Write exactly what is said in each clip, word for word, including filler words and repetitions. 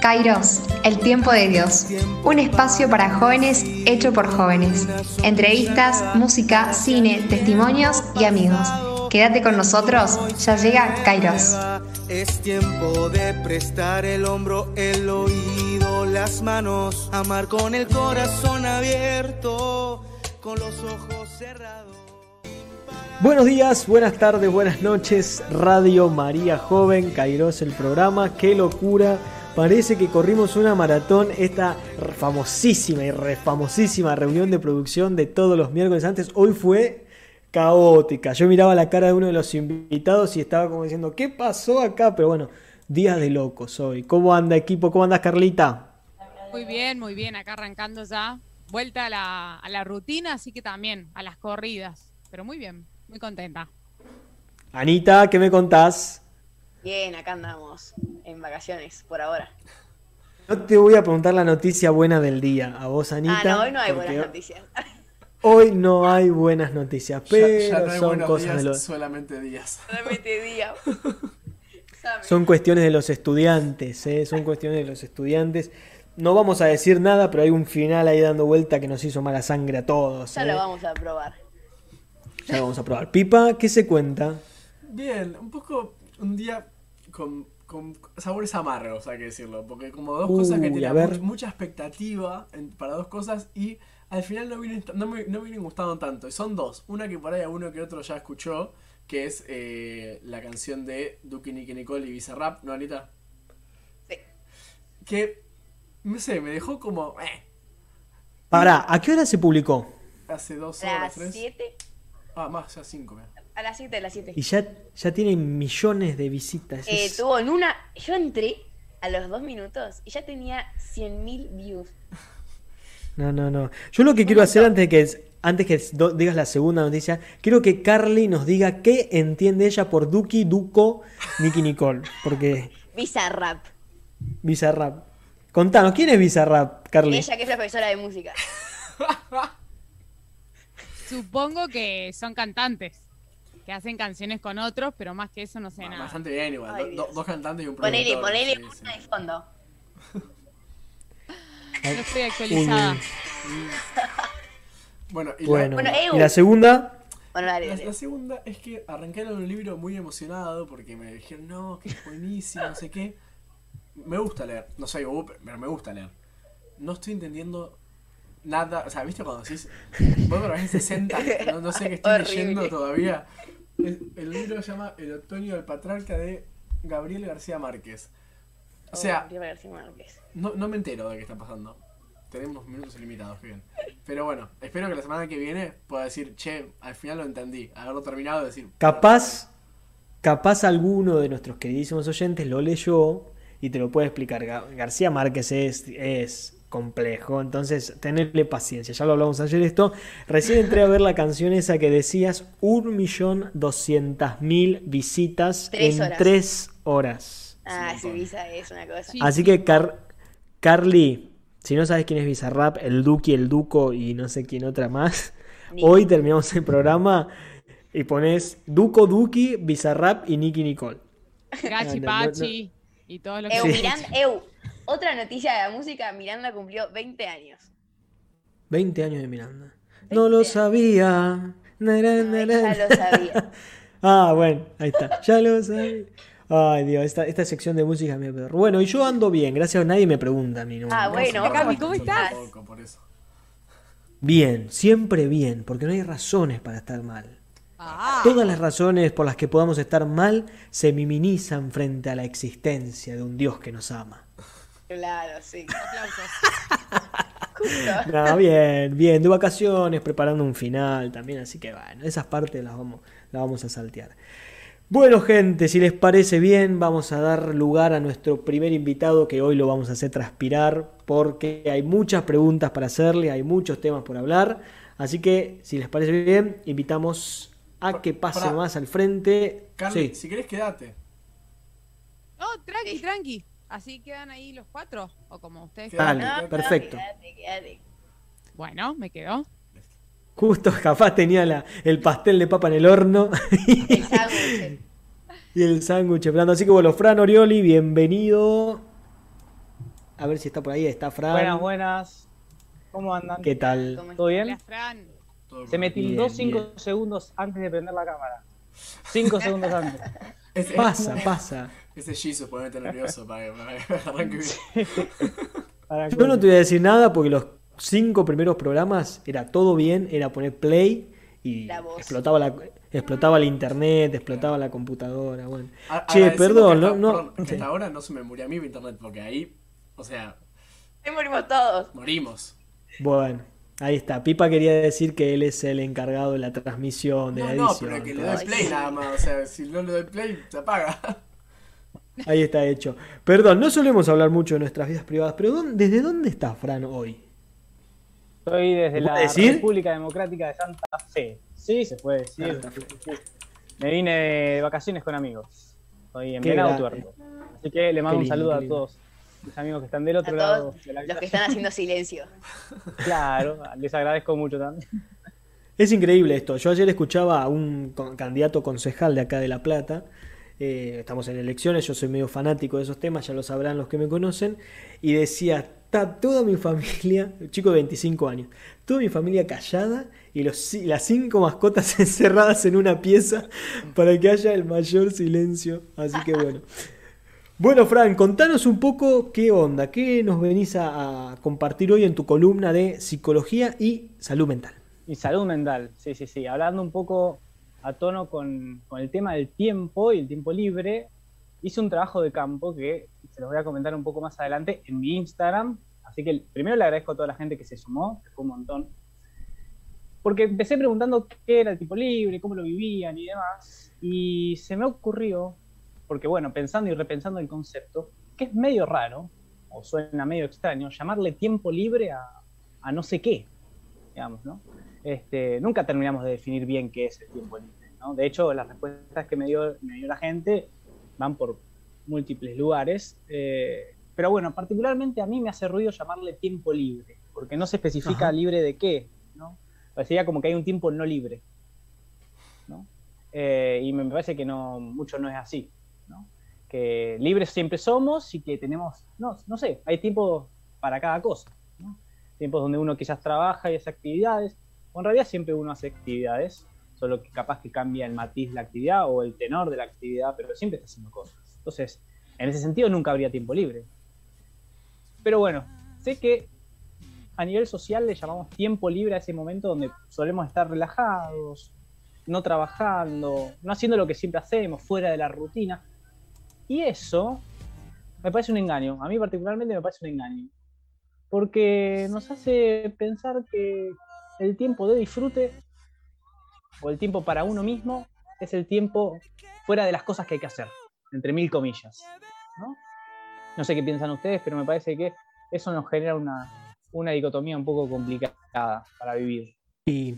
Kairos, el tiempo de Dios. Un espacio para jóvenes hecho por jóvenes. Entrevistas, música, cine, testimonios y amigos. Quédate con nosotros, ya llega Kairos. Es tiempo de prestar el hombro, el oído, las manos, amar con el corazón abierto, con los ojos cerrados. Buenos días, buenas tardes, buenas noches, Radio María Joven, Kairos el programa, qué locura, parece que corrimos una maratón, esta famosísima y refamosísima reunión de producción de todos los miércoles antes, hoy fue caótica, yo miraba la cara de uno de los invitados y estaba como diciendo, ¿qué pasó acá? Pero bueno, días de locos hoy, ¿cómo anda equipo? ¿Cómo andas Carlita? Muy bien, muy bien, acá arrancando ya, vuelta a la, a la rutina, así que también a las corridas, pero muy bien. Muy contenta. Anita, ¿qué me contás? Bien, acá andamos, en vacaciones, por ahora. No te voy a preguntar la noticia buena del día. A vos, Anita. Ah, no, hoy no hay buenas noticias. Hoy no hay buenas noticias, pero ya, ya no hay son cosas días, de los... solamente días. Solamente días. Son cuestiones de los estudiantes, ¿eh? Son cuestiones de los estudiantes. No vamos a decir nada, pero hay un final ahí dando vuelta que nos hizo mala sangre a todos. Ya ¿eh? lo vamos a probar. Ya lo vamos a probar. Pipa, ¿qué se cuenta? Bien, un poco un día con, con sabores amargos, hay que decirlo, porque como dos Uy, cosas que a tenía ver. much, mucha expectativa en, para dos cosas y al final no vienen, no me no vienen gustando tanto. Y son dos. Una que por ahí a uno que otro ya escuchó, que es eh, la canción de Duki, Nicki Nicole y Bizarrap, ¿no, Anita? Sí. Que, no sé, me dejó como... Eh, Pará, ¿a qué hora se publicó? hace dos A horas, las tres. siete. Ah, más, ya cinco. Mira. A las siete, a las siete. Y ya, ya tiene millones de visitas. Eh, Es- tuvo en una... Yo entré a los dos minutos y ya tenía cien mil views. No, no, no. Yo lo que quiero hacer antes de que, antes que do- digas la segunda noticia, quiero que Carly nos diga qué entiende ella por Duki, Duco, Nicki Nicole. Porque Bizarrap. Bizarrap. Contanos, ¿quién es Bizarrap, Carly? Ella que es profesora de música. Supongo que son cantantes, que hacen canciones con otros, pero más que eso no sé nada. Bastante bien igual. Ay, Do- Dios. dos cantantes y un productor. Ponele, ponele sí, una sí. de fondo. No estoy actualizada. Uy. Bueno, y Bueno, Bueno, ¿y la segunda? Bueno, dale, la, la, dale. la segunda es que arranqué en un libro muy emocionado porque me dijeron, no, que es buenísimo, no sé qué. Me gusta leer, no soy uh, pero me gusta leer. No estoy entendiendo nada, o sea, ¿viste cuando decís, vos por ahí sesenta, no, no sé qué estoy Horrible. leyendo todavía? Es- el libro se llama El otoño del patriarca de Gabriel García Márquez. O sea, Oh, Gabriel García Márquez. no, no me entero de qué está pasando. Tenemos minutos ilimitados, qué bien. Pero bueno, espero que la semana que viene pueda decir, che, al final lo entendí, haberlo terminado y decir... Capaz, capaz alguno de nuestros queridísimos oyentes lo leyó y te lo puede explicar. Ga- García Márquez es, es complejo, entonces tenerle paciencia. Ya lo hablamos ayer esto. Recién entré a ver la canción esa que decías, un millón doscientas mil visitas Tres en horas. tres horas. Ah, un sí, montón. Visa es una cosa. Sí. Así que, Car- Carly, si no sabes quién es Bizarrap, el Duki, el Duco y no sé quién otra más, Ni- hoy terminamos el programa y pones Duco, Duki, Bizarrap y Nicki Nicole. Gachi, No, no, no, Pachi y todo lo que... Eu, Sí. Miranda, Eu, otra noticia de la música, Miranda cumplió veinte años. veinte años de Miranda. No lo sabía. Na, na, na, Ay, na. ya lo sabía. Ah, bueno, ahí está. Ya lo sabía. Ay, Dios, esta, esta sección de música me perro. Bueno, y yo ando bien, gracias a nadie me pregunta a mí. ¿no? Ah, bueno, No, Cami, no, ¿cómo no, estás? tampoco, por eso. Bien, siempre bien, porque no hay razones para estar mal. Ah, Todas las razones por las que podamos estar mal se minimizan frente a la existencia de un Dios que nos ama. Claro, sí. aplausos. Justo. No, bien, bien, de vacaciones, preparando un final también, así que bueno, esas partes las vamos, las vamos a saltear. Bueno, gente, si les parece bien, vamos a dar lugar a nuestro primer invitado, que hoy lo vamos a hacer transpirar, porque hay muchas preguntas para hacerle, hay muchos temas por hablar, así que si les parece bien, invitamos a que pase Pará. más al frente. Carly, Sí. si querés quedate. No, tranqui, tranqui. Así quedan ahí los cuatro, o como ustedes Quedate, quieran. Dale, No, no, perfecto. Quédate, quédate. Bueno, me quedó. Justo capaz tenía la, el pastel de papa en el horno El sándwich. y el sándwich esperando. Así que bueno, Fran Orioli, bienvenido. A ver si está por ahí. Está Fran. Buenas, buenas. ¿Cómo andan? ¿Qué tal? ¿Cómo ¿Todo bien? Hola, Fran. Todo Se me bien. tildó Bien, cinco bien. segundos antes de prender la cámara. Cinco segundos antes. Ese, Pasa, pasa. ese Jesus puede meter nervioso para que, para que arranque bien. Para Yo no te voy a decir nada porque los cinco primeros programas era todo bien, era poner play y La voz. explotaba la explotaba el internet, explotaba la computadora, bueno. A- Che, agradecemos perdón, que no, hasta, no. perdón, que Sí. hasta ahora no se me murió a mí internet porque ahí, o sea, Ahí morimos todos. morimos. Bueno, ahí está. Pipa quería decir que él es el encargado de la transmisión, de No, la no, edición. pero que le todo. doy play nada más, o sea, si no le doy play, se apaga. Ahí está hecho. Perdón, no solemos hablar mucho de nuestras vidas privadas, pero ¿dónde- ¿desde dónde está Fran hoy? Estoy desde ¿Se la puede decir? República Democrática de Santa Fe. Sí, se puede decir. Santa Fe. Sí, sí. Me vine de vacaciones con amigos. Estoy en Qué Venado grande. Tuerto. Así que le mando Qué un lindo, saludo qué a lindo. todos mis amigos que están del A otro lado todos de la los que habitación. están haciendo silencio. Claro, les agradezco mucho también. Es increíble esto. Yo ayer escuchaba a un con- candidato concejal de acá de La Plata. Eh, estamos en elecciones, yo soy medio fanático de esos temas, ya lo sabrán los que me conocen. Y decía, está toda mi familia, chico de veinticinco años, toda mi familia callada y los, ci- las cinco mascotas encerradas en una pieza para que haya el mayor silencio. Así que bueno. Bueno, Fran, contanos un poco qué onda, qué nos venís a, a compartir hoy en tu columna de psicología y salud mental. Y salud mental, sí, sí, sí. Hablando un poco a tono con, con el tema del tiempo y el tiempo libre, hice un trabajo de campo que se los voy a comentar un poco más adelante en mi Instagram. Así que primero le agradezco a toda la gente que se sumó, que fue un montón. Porque empecé preguntando qué era el tiempo libre, cómo lo vivían y demás. Y se me ocurrió, porque bueno, pensando y repensando el concepto, que es medio raro, o suena medio extraño, llamarle tiempo libre a, a no sé qué, digamos, ¿no? Este, nunca terminamos de definir bien qué es el tiempo libre, ¿no? De hecho, las respuestas que me dio, me dio la gente van por múltiples lugares, eh, pero bueno, particularmente a mí me hace ruido llamarle tiempo libre, porque no se especifica Ajá. libre de qué, ¿no? Parecería como que hay un tiempo no libre, ¿no? Eh, y me parece que no, mucho no es así, ¿no? Que libres siempre somos y que tenemos, no, no sé, hay tiempo para cada cosa, ¿no? Tiempos donde uno quizás trabaja y hace actividades, o en realidad siempre uno hace actividades, solo que capaz que cambia el matiz de la actividad o el tenor de la actividad, pero siempre está haciendo cosas. Entonces, en ese sentido nunca habría tiempo libre. Pero bueno, sé que a nivel social le llamamos tiempo libre a ese momento donde solemos estar relajados, no trabajando, no haciendo lo que siempre hacemos, fuera de la rutina. Y eso me parece un engaño, a mí particularmente me parece un engaño. Porque nos hace pensar que el tiempo de disfrute o el tiempo para uno mismo es el tiempo fuera de las cosas que hay que hacer, entre mil comillas, ¿no? No sé qué piensan ustedes, pero me parece que eso nos genera una, una dicotomía un poco complicada para vivir. Y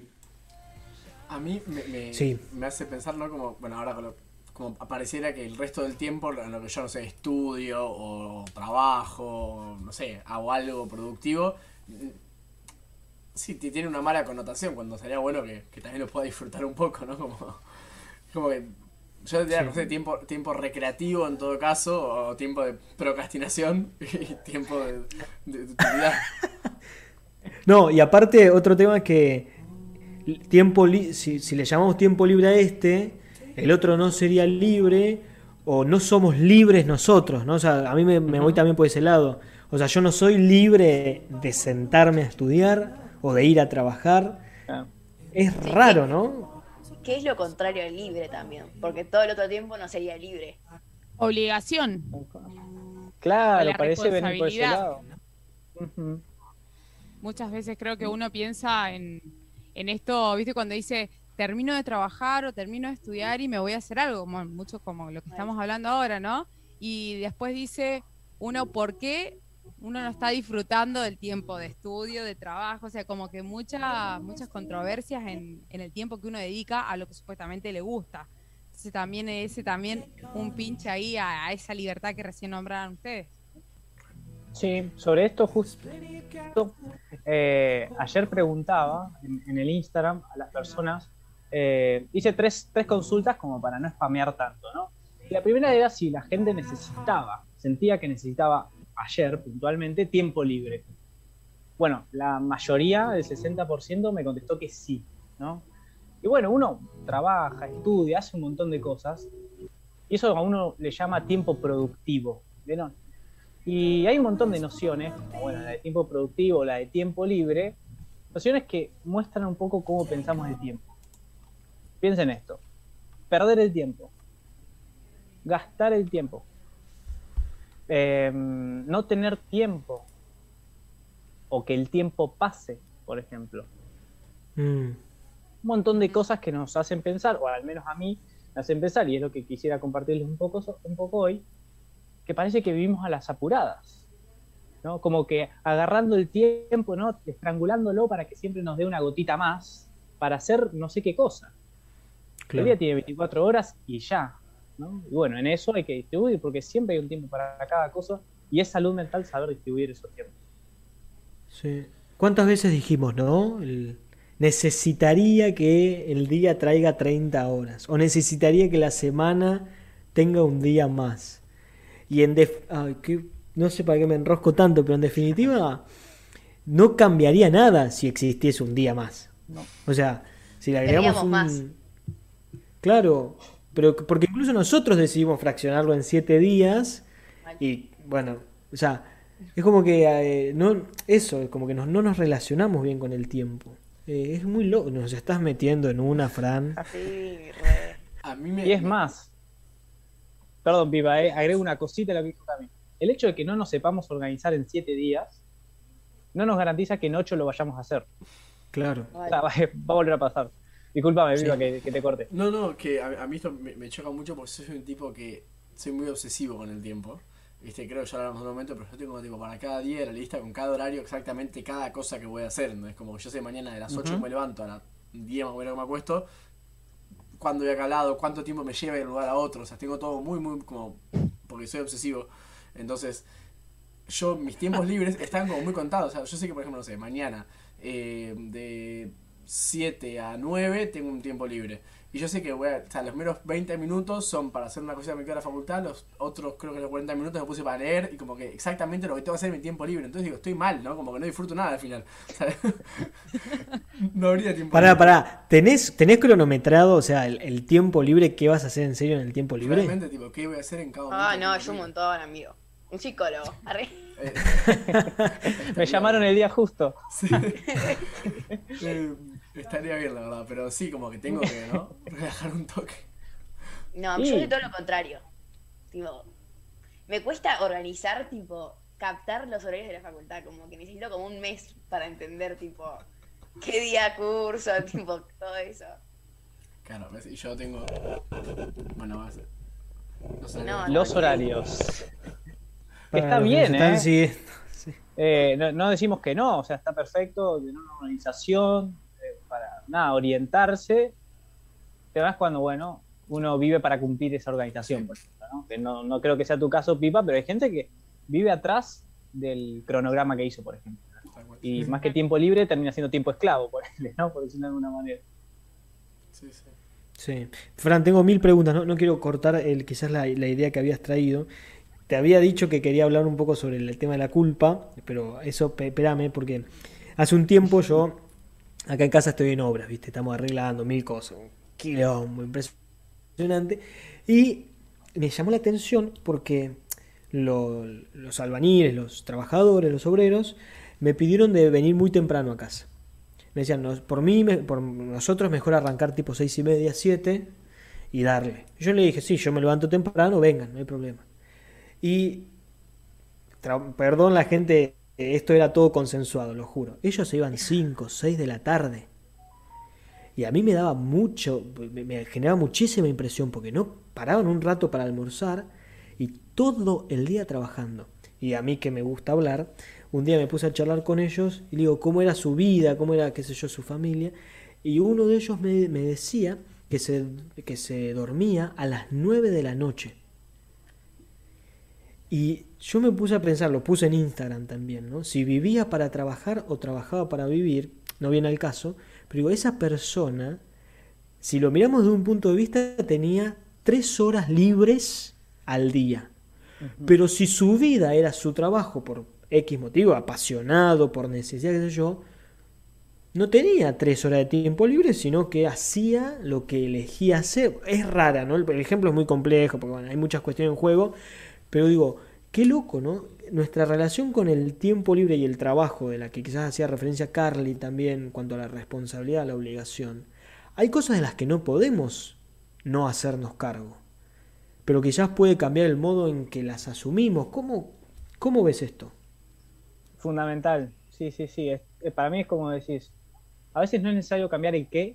A mí me, me, Sí. me hace pensar, ¿no? Como, bueno, ahora con lo- como pareciera que el resto del tiempo, en lo que yo, no sé, estudio o trabajo, o, no sé, hago algo productivo, mm, sí, t- tiene una mala connotación, cuando sería bueno que, que también lo pueda disfrutar un poco, ¿no? Como, como que yo diría, no sé, tiempo, tiempo recreativo en todo caso, o tiempo de procrastinación y tiempo de, de- de utilidad. no, y aparte otro tema es que tiempo li- si, si le llamamos tiempo libre a este, el otro no sería libre o no somos libres nosotros, ¿no? O sea, a mí me, me voy también por ese lado. O sea, yo no soy libre de sentarme a estudiar o de ir a trabajar. Ah, Es raro, ¿no? Que es lo contrario al libre también, porque todo el otro tiempo no sería libre. Obligación. Claro, La parece venir por ese responsabilidad. lado. Ujú. Muchas veces creo que uno piensa en, en esto, ¿viste? Cuando dice, termino de trabajar o termino de estudiar y me voy a hacer algo, como, mucho como lo que estamos hablando ahora, ¿no? Y después dice uno, ¿por qué uno no está disfrutando del tiempo de estudio, de trabajo? O sea, como que mucha, muchas controversias en, en el tiempo que uno dedica a lo que supuestamente le gusta. Entonces también ese también un pinche ahí a, a esa libertad que recién nombraron ustedes. Sí, sobre esto justo eh, ayer preguntaba en, en el Instagram a las personas, eh, hice tres, tres consultas como para no spamear tanto, ¿no? Y la primera era si la gente necesitaba, sentía que necesitaba ayer puntualmente, tiempo libre. Bueno, la mayoría, el sesenta por ciento, me contestó que sí, ¿no? Y bueno, uno trabaja, estudia, hace un montón de cosas, y eso a uno le llama tiempo productivo, ¿vieron? Y hay un montón de nociones, como bueno, la de tiempo productivo, la de tiempo libre, nociones que muestran un poco cómo pensamos el tiempo. Piensen esto: perder el tiempo, gastar el tiempo, eh, no tener tiempo, o que el tiempo pase, por ejemplo. Mm. Un montón de cosas que nos hacen pensar, o al menos a mí me hacen pensar, y es lo que quisiera compartirles un poco, un poco hoy, que parece que vivimos a las apuradas, ¿no? Como que agarrando el tiempo, ¿no? Estrangulándolo para que siempre nos dé una gotita más para hacer no sé qué cosa. Claro. El día tiene veinticuatro horas y ya, ¿no? Y bueno, en eso hay que distribuir, porque siempre hay un tiempo para cada cosa, y es salud mental saber distribuir esos tiempos. Sí. ¿Cuántas veces dijimos, no? El- necesitaría que el día traiga treinta horas, o necesitaría que la semana tenga un día más. Y en def- ay, que- no sé para qué me enrosco tanto, pero en definitiva no cambiaría nada si existiese un día más. No. O sea, si le agregamos Queríamos un... más. Claro, pero que- porque incluso nosotros decidimos fraccionarlo en siete días y bueno, o sea, es como que eh, no, eso, es como que nos- no nos relacionamos bien con el tiempo. Eh, es muy loco, nos estás metiendo en una, Fran. Así, re. A mí me... Y es más, perdón, Pipa, eh, agrego una cosita a lo que dijo Cami. El hecho de que no nos sepamos organizar en siete días no nos garantiza que en ocho lo vayamos a hacer. Claro. O sea, va, va a volver a pasar. Discúlpame, Sí. Pipa, que, que te corte. No, no, que a, a mí esto me, me choca mucho porque soy un tipo que soy muy obsesivo con el tiempo. Viste, creo que ya hablamos en un momento, pero yo tengo tipo para cada día la lista con cada horario exactamente cada cosa que voy a hacer. ¿No? Es como que yo sé mañana de las ocho Ujú. me levanto a las diez más o menos que me acuesto, cuándo voy a cada lado, cuánto tiempo me lleva de un lugar a otro. O sea, tengo todo muy, muy como... porque soy obsesivo. Entonces, yo, mis tiempos libres están como muy contados. O sea, yo sé que, por ejemplo, no sé, mañana eh, de siete a nueve tengo un tiempo libre. Y yo sé que voy a, o sea, los primeros veinte minutos son para hacer una cosa que me queda en la facultad, los otros creo que los cuarenta minutos me puse para leer y como que exactamente lo que tengo que hacer en mi tiempo libre. Entonces digo, estoy mal, ¿no? Como que no disfruto nada al final. ¿Sabes? No habría tiempo Pará, libre. pará, ¿tenés, tenés cronometrado, o sea, el, el tiempo libre? ¿Qué vas a hacer en serio en el tiempo libre? Realmente, tipo, ¿qué voy a hacer en cada momento? Ah, del no, tiempo yo un libre? montón, amigo. Un psicólogo. Arre. Eh, Me llamaron el día justo. Sí. Eh, estaría bien, la verdad, pero sí, como que tengo que, ¿no? Relajar un toque. No, Sí. yo soy todo lo contrario. Tipo, me cuesta organizar, tipo, captar los horarios de la facultad. Como que necesito como un mes para entender, tipo, qué día curso, tipo, todo eso. Claro, ¿ves? Y yo tengo. Bueno, va a ser. No sé, No, Los horarios. Que Para está los que bien, nos están ¿eh? siguiendo. Eh, no, no decimos que no, o sea, está perfecto, tener una organización, eh, para nada, orientarse. Te vas cuando, bueno, uno vive para cumplir esa organización, por ejemplo, ¿no? Que no, no creo que sea tu caso, Pipa, pero hay gente que vive atrás del cronograma que hizo, por ejemplo. Y más que tiempo libre, termina siendo tiempo esclavo, por ejemplo, ¿no? Por decirlo de alguna manera. Sí, sí. Sí. Fran, tengo mil preguntas, no, no quiero cortar el, quizás la, la idea que habías traído. Te había dicho que quería hablar un poco sobre el, el tema de la culpa, pero eso, pe- espérame, porque hace un tiempo yo, acá en casa estoy en obras, ¿viste? Estamos arreglando mil cosas, un quilombo impresionante. Y me llamó la atención porque lo- los albañiles, los trabajadores, los obreros, me pidieron de venir muy temprano a casa. Me decían, "Nos- por mí, me- por nosotros mejor arrancar tipo seis y media, siete y darle". Yo le dije, sí, yo me levanto temprano, vengan, no hay problema. Y, tra- perdón la gente, eh, esto era todo consensuado, lo juro. Ellos se iban cinco, seis de la tarde. Y a mí me daba mucho, me, me generaba muchísima impresión porque no paraban un rato para almorzar y todo el día trabajando. Y a mí que me gusta hablar, un día me puse a charlar con ellos y le digo cómo era su vida, cómo era, qué sé yo, su familia. Y uno de ellos me, me decía que se, que se dormía a las nueve de la noche. Y yo me puse a pensar, lo puse en Instagram también, ¿no? Si vivía para trabajar o trabajaba para vivir, no viene al caso, pero digo, esa persona, si lo miramos de un punto de vista, tenía tres horas libres al día. Ujú. Pero si su vida era su trabajo por X motivo, apasionado, por necesidad, qué sé yo, no tenía tres horas de tiempo libre, sino que hacía lo que elegía hacer. Es rara, ¿no? El ejemplo es muy complejo, porque bueno, hay muchas cuestiones en juego, pero digo, qué loco, ¿no? Nuestra relación con el tiempo libre y el trabajo, de la que quizás hacía referencia Carly también, en cuanto a la responsabilidad, a la obligación. Hay cosas de las que no podemos no hacernos cargo, pero quizás puede cambiar el modo en que las asumimos. ¿Cómo, cómo ves esto? Fundamental, sí, sí, sí. Es- eh, para mí es como decís, a veces no es necesario cambiar el qué,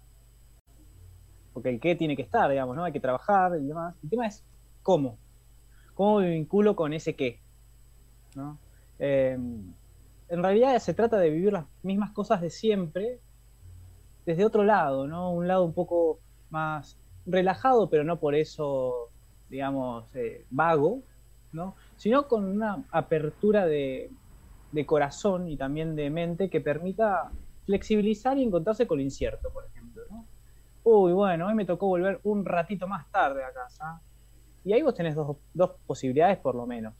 porque el qué tiene que estar, digamos, ¿no? Hay que trabajar y demás. El tema es cómo. ¿Cómo me vinculo con ese qué? ¿No? Eh, en realidad se trata de vivir las mismas cosas de siempre desde otro lado, ¿no? Un lado un poco más relajado, pero no por eso, digamos, eh, vago, ¿no? Sino con una apertura de, de corazón y también de mente que permita flexibilizar y encontrarse con lo incierto, por ejemplo, ¿no? Uy, bueno, hoy me tocó volver un ratito más tarde a casa. Y ahí vos tenés dos, dos posibilidades por lo menos.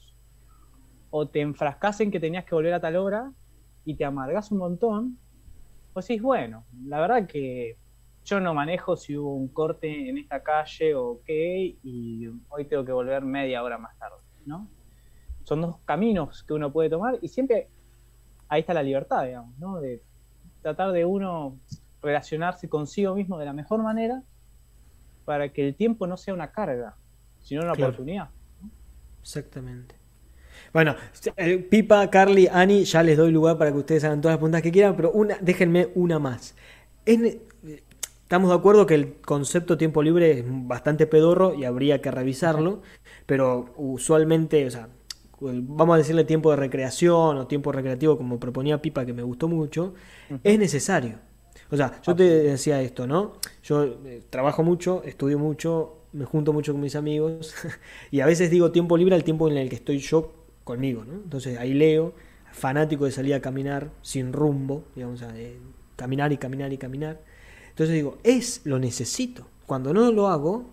O te enfrascás en que tenías que volver a tal hora y te amargás un montón, o decís, bueno, la verdad que yo no manejo si hubo un corte en esta calle o qué, y hoy tengo que volver media hora más tarde, ¿no? Son dos caminos que uno puede tomar y siempre ahí está la libertad, digamos, ¿no? De tratar de uno relacionarse consigo mismo de la mejor manera para que el tiempo no sea una carga, sino una Claro. oportunidad. Exactamente. Bueno, eh, Pipa, Carly, Ani, ya les doy lugar para que ustedes hagan todas las preguntas que quieran, pero una, déjenme una más. Es ne- estamos de acuerdo que el concepto tiempo libre es bastante pedorro y habría que revisarlo, pero usualmente, o sea, vamos a decirle tiempo de recreación o tiempo recreativo, como proponía Pipa, que me gustó mucho, Ujú. es necesario. O sea, yo te decía esto, ¿no? Yo eh, trabajo mucho, estudio mucho, me junto mucho con mis amigos y a veces digo tiempo libre al tiempo en el que estoy yo conmigo, ¿no? Entonces ahí leo, fanático de salir a caminar sin rumbo, digamos, o sea, de caminar y caminar y caminar. Entonces digo, es lo necesito. Cuando no lo hago,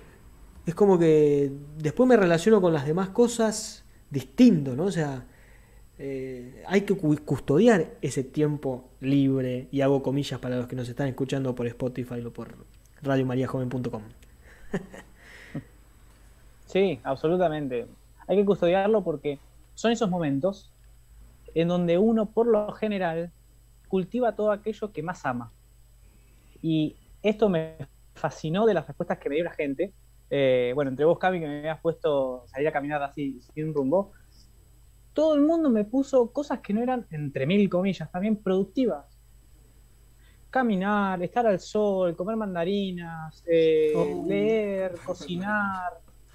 es como que después me relaciono con las demás cosas distinto, ¿no? O sea, eh, hay que cu- custodiar ese tiempo libre, y hago comillas para los que nos están escuchando por Spotify o por radio maría joven punto com. Sí, absolutamente. Hay que custodiarlo porque son esos momentos en donde uno, por lo general, cultiva todo aquello que más ama. Y esto me fascinó de las respuestas que me dio la gente. Eh, bueno, entre vos, Cami, que me habías puesto salir a caminar así sin rumbo, todo el mundo me puso cosas que no eran, entre mil comillas, también productivas. Caminar, estar al sol, comer mandarinas, eh, Oh. leer, cocinar.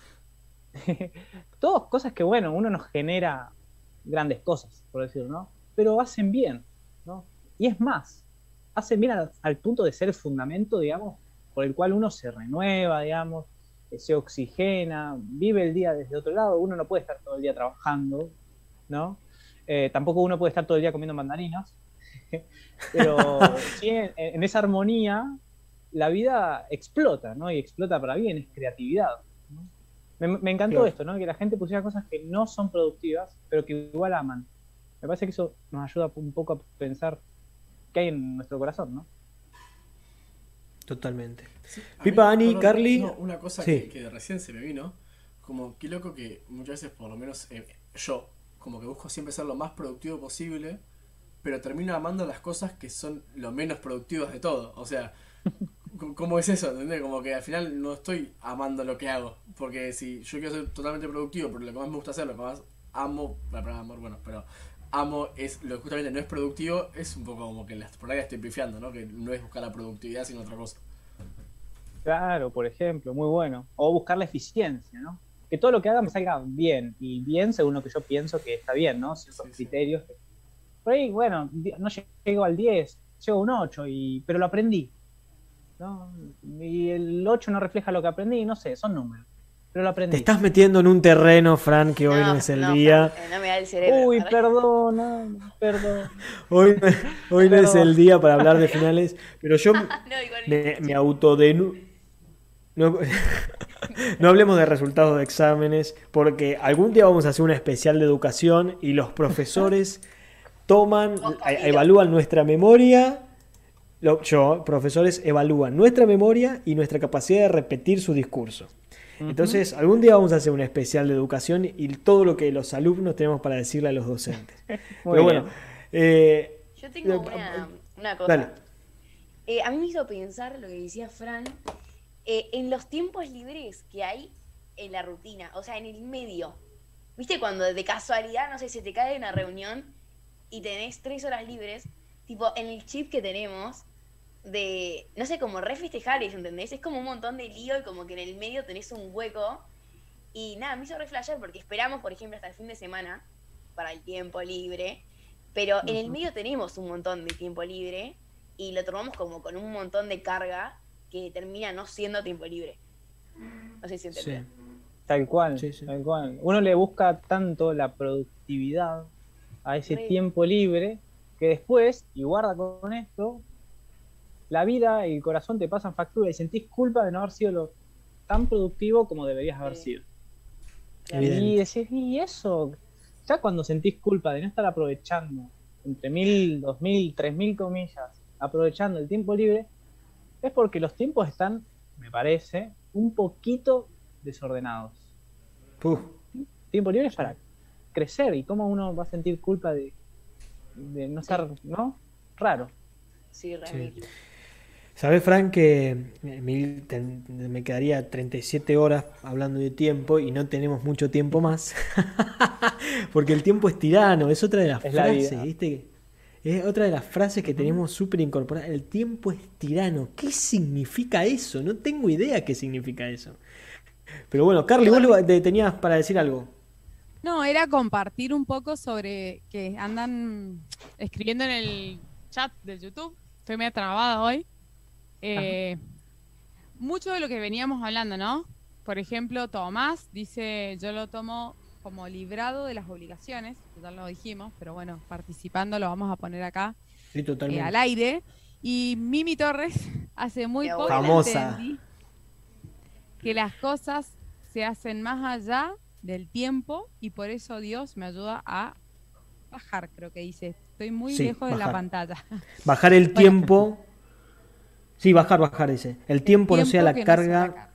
Todas cosas que, bueno, uno nos genera grandes cosas, por decirlo, ¿no? Pero hacen bien, ¿no? Y es más, hacen bien al, al punto de ser el fundamento, digamos, por el cual uno se renueva, digamos, eh, se oxigena, vive el día desde otro lado. Uno no puede estar todo el día trabajando, ¿no? Eh, tampoco uno puede estar todo el día comiendo mandarinas, pero sí, en, en esa armonía la vida explota, ¿no? Y explota para bien, es creatividad, ¿no? Me, me encantó Claro. esto, ¿no? Que la gente pusiera cosas que no son productivas, pero que igual aman. Me parece que eso nos ayuda un poco a pensar qué hay en nuestro corazón, ¿no? Totalmente. A Pipa, mí, Ani, perdón, Carly. no, una cosa Sí. que, que recién se me vino, como qué loco que muchas veces, por lo menos eh, yo, como que busco siempre ser lo más productivo posible, pero termino amando las cosas que son lo menos productivas de todo. O sea, c- ¿cómo es eso? ¿Entendés? Como que al final no estoy amando lo que hago, porque si yo quiero ser totalmente productivo, pero lo que más me gusta hacer, lo que más amo, la palabra amor, bueno, pero amo es lo que justamente no es productivo, es un poco como que la, por ahí la estoy pifiando, ¿no? Que no es buscar la productividad, sino otra cosa. Claro, por ejemplo, muy bueno. O buscar la eficiencia, ¿no? Que todo lo que haga me salga bien, y bien según lo que yo pienso que está bien, ¿no? Ciertos Sí, sí. criterios. Por ahí, bueno, di- no llego al diez, llego a un ocho, y, pero lo aprendí, ¿no? Y el ocho no refleja lo que aprendí, no sé, son números, pero lo aprendí. Te estás metiendo en un terreno, Fran, que hoy no, es el no, día. Fran, eh, no me da el cerebro. Uy, Ahora- perdona, perdón. Hoy, hoy no es Perdón. el día para hablar de finales, pero yo No, igual me, me autodenu... No, no hablemos de resultados de exámenes, porque algún día vamos a hacer una especial de educación y los profesores toman, Oh, a- Camilo. evalúan nuestra memoria. Lo- yo, profesores, evalúan nuestra memoria y nuestra capacidad de repetir su discurso. Entonces, algún día vamos a hacer un especial de educación y todo lo que los alumnos tenemos para decirle a los docentes. Muy Pero bueno, bien. eh, Yo tengo eh, una, una cosa. dale. Eh, a mí me hizo pensar lo que decía Fran, eh, en los tiempos libres que hay en la rutina, o sea, en el medio. ¿Viste cuando de casualidad, no sé, se te cae una reunión y tenés tres horas libres? Tipo, en el chip que tenemos de, no sé, como re festejar eso, ¿entendés? Es como un montón de lío y como que en el medio tenés un hueco. Y nada, me hizo re flashear porque esperamos, por ejemplo, hasta el fin de semana para el tiempo libre, pero en el medio tenemos un montón de tiempo libre y lo tomamos como con un montón de carga que termina no siendo tiempo libre. No sé si Sí. entendés. Tal cual, Sí, sí. tal cual. Uno le busca tanto la productividad a ese Re. tiempo libre que después, y guarda con esto, la vida y el corazón te pasan factura y sentís culpa de no haber sido lo tan productivo como deberías haber Sí. sido. Claro. Evidente. Y decís, y eso, ya cuando sentís culpa de no estar aprovechando, entre mil, dos mil, tres mil comillas, aprovechando el tiempo libre, es porque los tiempos están, me parece, un poquito desordenados. Puf. Tiempo libre es para crecer, y cómo uno va a sentir culpa de, de no estar, ¿no? Raro. Sí, re Sí. mil. ¿Sabés, Frank, que eh, mil- ten- me quedaría treinta y siete horas hablando de tiempo y no tenemos mucho tiempo más? Porque el tiempo es tirano, es otra de las Es la frases, vida. ¿viste? Es otra de las frases que tenemos súper incorporadas. El tiempo es tirano. ¿Qué significa eso? No tengo idea qué significa eso. Pero bueno, Carly, vos le- te- tenías para decir algo. No, era compartir un poco sobre que andan escribiendo en el chat de YouTube. Estoy medio trabada hoy. Eh, mucho de lo que veníamos hablando, ¿no? Por ejemplo, Tomás dice, yo lo tomo como librado de las obligaciones, ya lo dijimos, pero bueno, participando lo vamos a poner acá Sí, eh, totalmente. al aire. Y Mimi Torres hace muy Mi poco abuela. Famosa. entendí que las cosas se hacen más allá del tiempo y por eso Dios me ayuda a bajar, creo que dice. Estoy muy Sí, lejos de la bajar. pantalla. Bajar el Bueno. tiempo. Sí, bajar, bajar, dice. El tiempo no sea la Tiempo que no sea carga. la carga.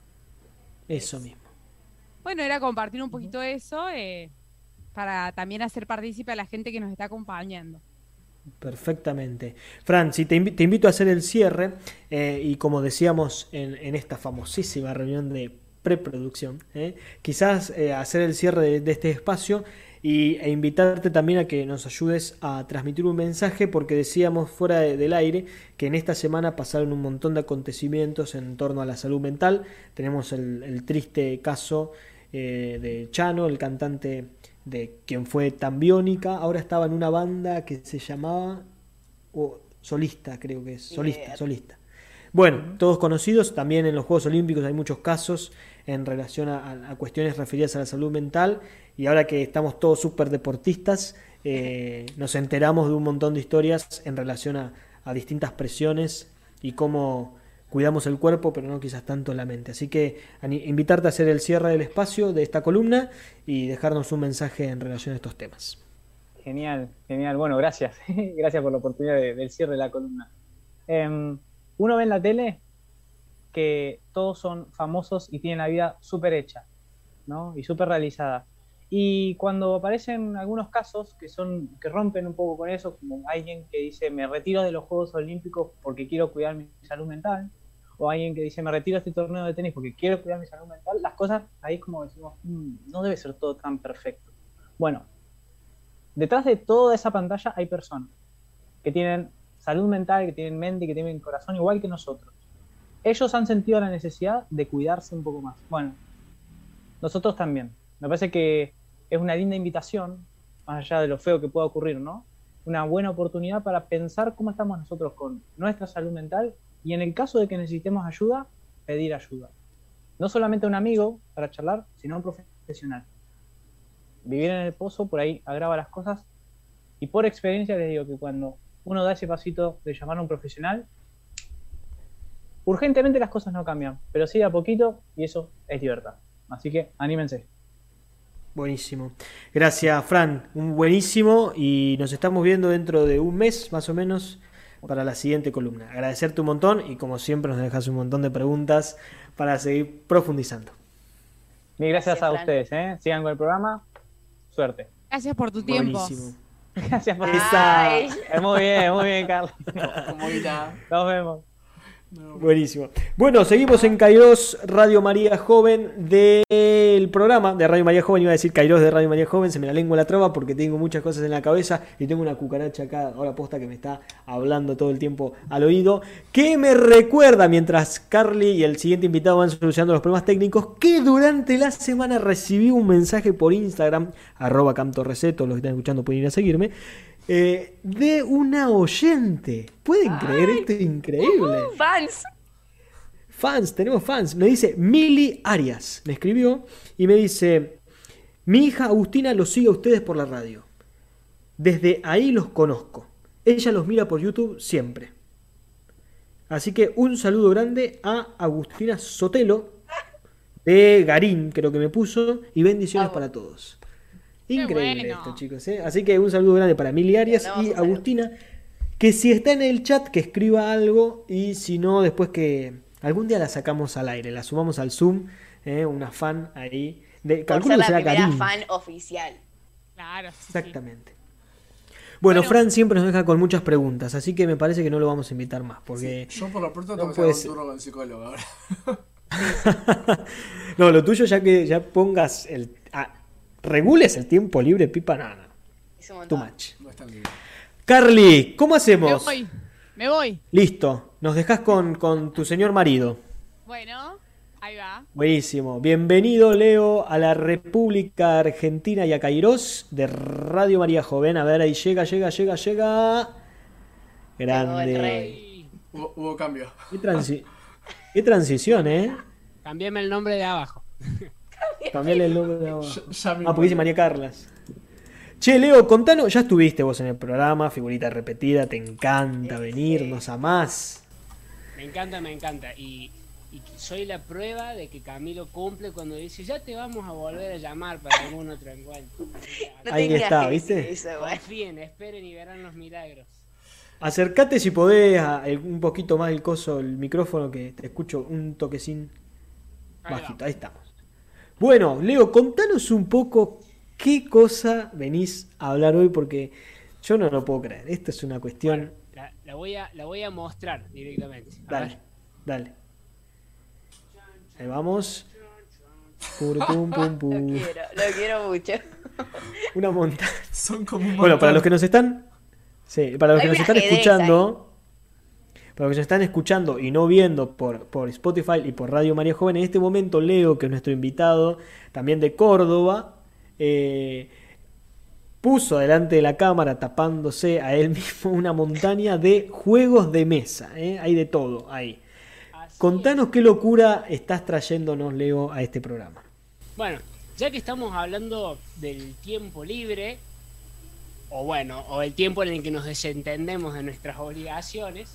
Eso mismo. Bueno, era compartir un poquito eso eh, para también hacer partícipe a la gente que nos está acompañando. Perfectamente. Fran, si te, invi- te invito a hacer el cierre eh, y como decíamos en, en esta famosísima reunión de preproducción, eh, quizás eh, hacer el cierre de, de este espacio y, e invitarte también a que nos ayudes a transmitir un mensaje porque decíamos fuera de- del aire que en esta semana pasaron un montón de acontecimientos en torno a la salud mental. Tenemos el, el triste caso eh, de Chano, el cantante de quien fue tan biónica, ahora estaba en una banda que se llamaba o solista, creo que es, solista, Bien. solista. Bueno, todos conocidos, también en los Juegos Olímpicos hay muchos casos en relación a, a- a cuestiones referidas a la salud mental y ahora que estamos todos súper deportistas, eh, nos enteramos de un montón de historias en relación a, a distintas presiones y cómo cuidamos el cuerpo, pero no quizás tanto la mente. Así que ani- invitarte a hacer el cierre del espacio de esta columna y dejarnos un mensaje en relación a estos temas. Genial, genial. Bueno, gracias. Gracias por la oportunidad de- del cierre de la columna. Eh, uno ve en la tele que todos son famosos y tienen la vida súper hecha, ¿no? Y súper realizada. Y cuando aparecen algunos casos que son que rompen un poco con eso, como alguien que dice me retiro de los Juegos Olímpicos porque quiero cuidar mi salud mental, o alguien que dice me retiro de este torneo de tenis porque quiero cuidar mi salud mental, las cosas ahí como decimos, "Mm, no debe ser todo tan perfecto". Bueno, detrás de toda esa pantalla hay personas que tienen salud mental, que tienen mente, que tienen corazón igual que nosotros. Ellos han sentido la necesidad de cuidarse un poco más. Bueno, nosotros también. Me parece que es una linda invitación, más allá de lo feo que pueda ocurrir, ¿no? Una buena oportunidad para pensar cómo estamos nosotros con nuestra salud mental y en el caso de que necesitemos ayuda, pedir ayuda. No solamente a un amigo para charlar, sino a un profesional. Vivir en el pozo por ahí agrava las cosas y por experiencia les digo que cuando uno da ese pasito de llamar a un profesional, urgentemente las cosas no cambian, pero sí de a poquito, y eso es libertad. Así que anímense. Buenísimo. Gracias, Fran. Un buenísimo. Y nos estamos viendo dentro de un mes, más o menos, para la siguiente columna. Agradecerte un montón y, como siempre, nos dejas un montón de preguntas para seguir profundizando. Mil gracias, Gracias, a Fran. ustedes, ¿eh? Sigan con el programa. Suerte. Gracias por tu tiempo. Buenísimo. Gracias por Esa. Ay. Muy bien, muy bien, Carlos. Como irá. Nos vemos. No. Buenísimo. Bueno, seguimos en Kairos Radio María Joven del programa de Radio María Joven. Iba a decir Kairos de Radio María Joven, se me la lengua la traba porque tengo muchas cosas en la cabeza y tengo una cucaracha acá, ahora posta, que me está hablando todo el tiempo al oído, que me recuerda, mientras Carly y el siguiente invitado van solucionando los problemas técnicos, que durante la semana recibí un mensaje por Instagram, arroba camtorrece, todos los que están escuchando pueden ir a seguirme, eh, de una oyente. ¿Pueden creer? Esto es increíble. Fans. Fans, tenemos fans. Me dice Mili Arias. Me escribió y me dice: mi hija Agustina los sigue a ustedes por la radio. Desde ahí los conozco. Ella los mira por YouTube siempre. Así que un saludo grande a Agustina Sotelo de Garín, creo que me puso. Y bendiciones Vamos. para todos. Qué Increíble bueno. esto, chicos, ¿eh? Así que un saludo grande para Mili Arias Le mandamos y un saludo. Agustina. Que si está en el chat, que escriba algo. Y si no, después que algún día la sacamos al aire, la sumamos al Zoom, ¿eh? Una fan ahí. De, Por calculo ser que la será primera Karim. fan oficial. Claro, sí, sí. Exactamente. Bueno, Bueno. Fran siempre nos deja con muchas preguntas, así que me parece que no lo vamos a invitar más, porque Yo por lo pronto no tengo que puede hacer ser. un turno con el psicólogo ahora. no, lo tuyo ya que ya pongas el ah, regules el tiempo libre, pipa, no, no, Es un too montón. much. No es tan libre. Carly, ¿cómo Me hacemos? voy, me voy. Listo, nos dejas con, con tu señor marido. Bueno, ahí va. Buenísimo. Bienvenido, Leo, a la República Argentina y a Kairos de Radio María Joven. A ver, ahí llega, llega, llega, llega. Llegó el Grande. rey. Hubo, hubo cambio. Qué, transi- qué transición, ¿eh? Cambiame el nombre de abajo. Cambiale el nombre de abajo. Ya- ya mismo. Ah, porque dice María Carlas. Che, Leo, contanos, ya estuviste vos en el programa, figurita repetida, te encanta venir, nos amás. Me encanta, me encanta. Y, y soy la prueba de que Camilo cumple cuando dice, ya te vamos a volver a llamar para algún otro encuentro. Así que, No Ahí tenías está, que ¿viste? decir eso, güey. confíen, esperen y verán los milagros. Acercate si podés a el- un poquito más el coso, el micrófono, que te escucho un toquecín Ahí va. bajito. Ahí estamos. Bueno, Leo, contanos un poco qué cosa venís a hablar hoy, porque yo no lo puedo creer. Esto es una cuestión... La, la voy a, la voy a mostrar directamente. A Dale, ver. dale. Ahí vamos. Pum, pum, pum, Lo pum. quiero, lo quiero mucho. Una montaña. Son como un Bueno, para montón. los que nos están... Sí, para los que Hay nos un están ajedrez escuchando... Para los que nos están escuchando y no viendo por, por Spotify y por Radio María Joven, en este momento Leo, que es nuestro invitado, también de Córdoba, eh, puso delante de la cámara, tapándose a él mismo, una montaña de juegos de mesa. ¿eh? Hay de todo ahí. Así Contanos es. qué locura estás trayéndonos, Leo, a este programa. Bueno, ya que estamos hablando del tiempo libre, o bueno, o el tiempo en el que nos desentendemos de nuestras obligaciones,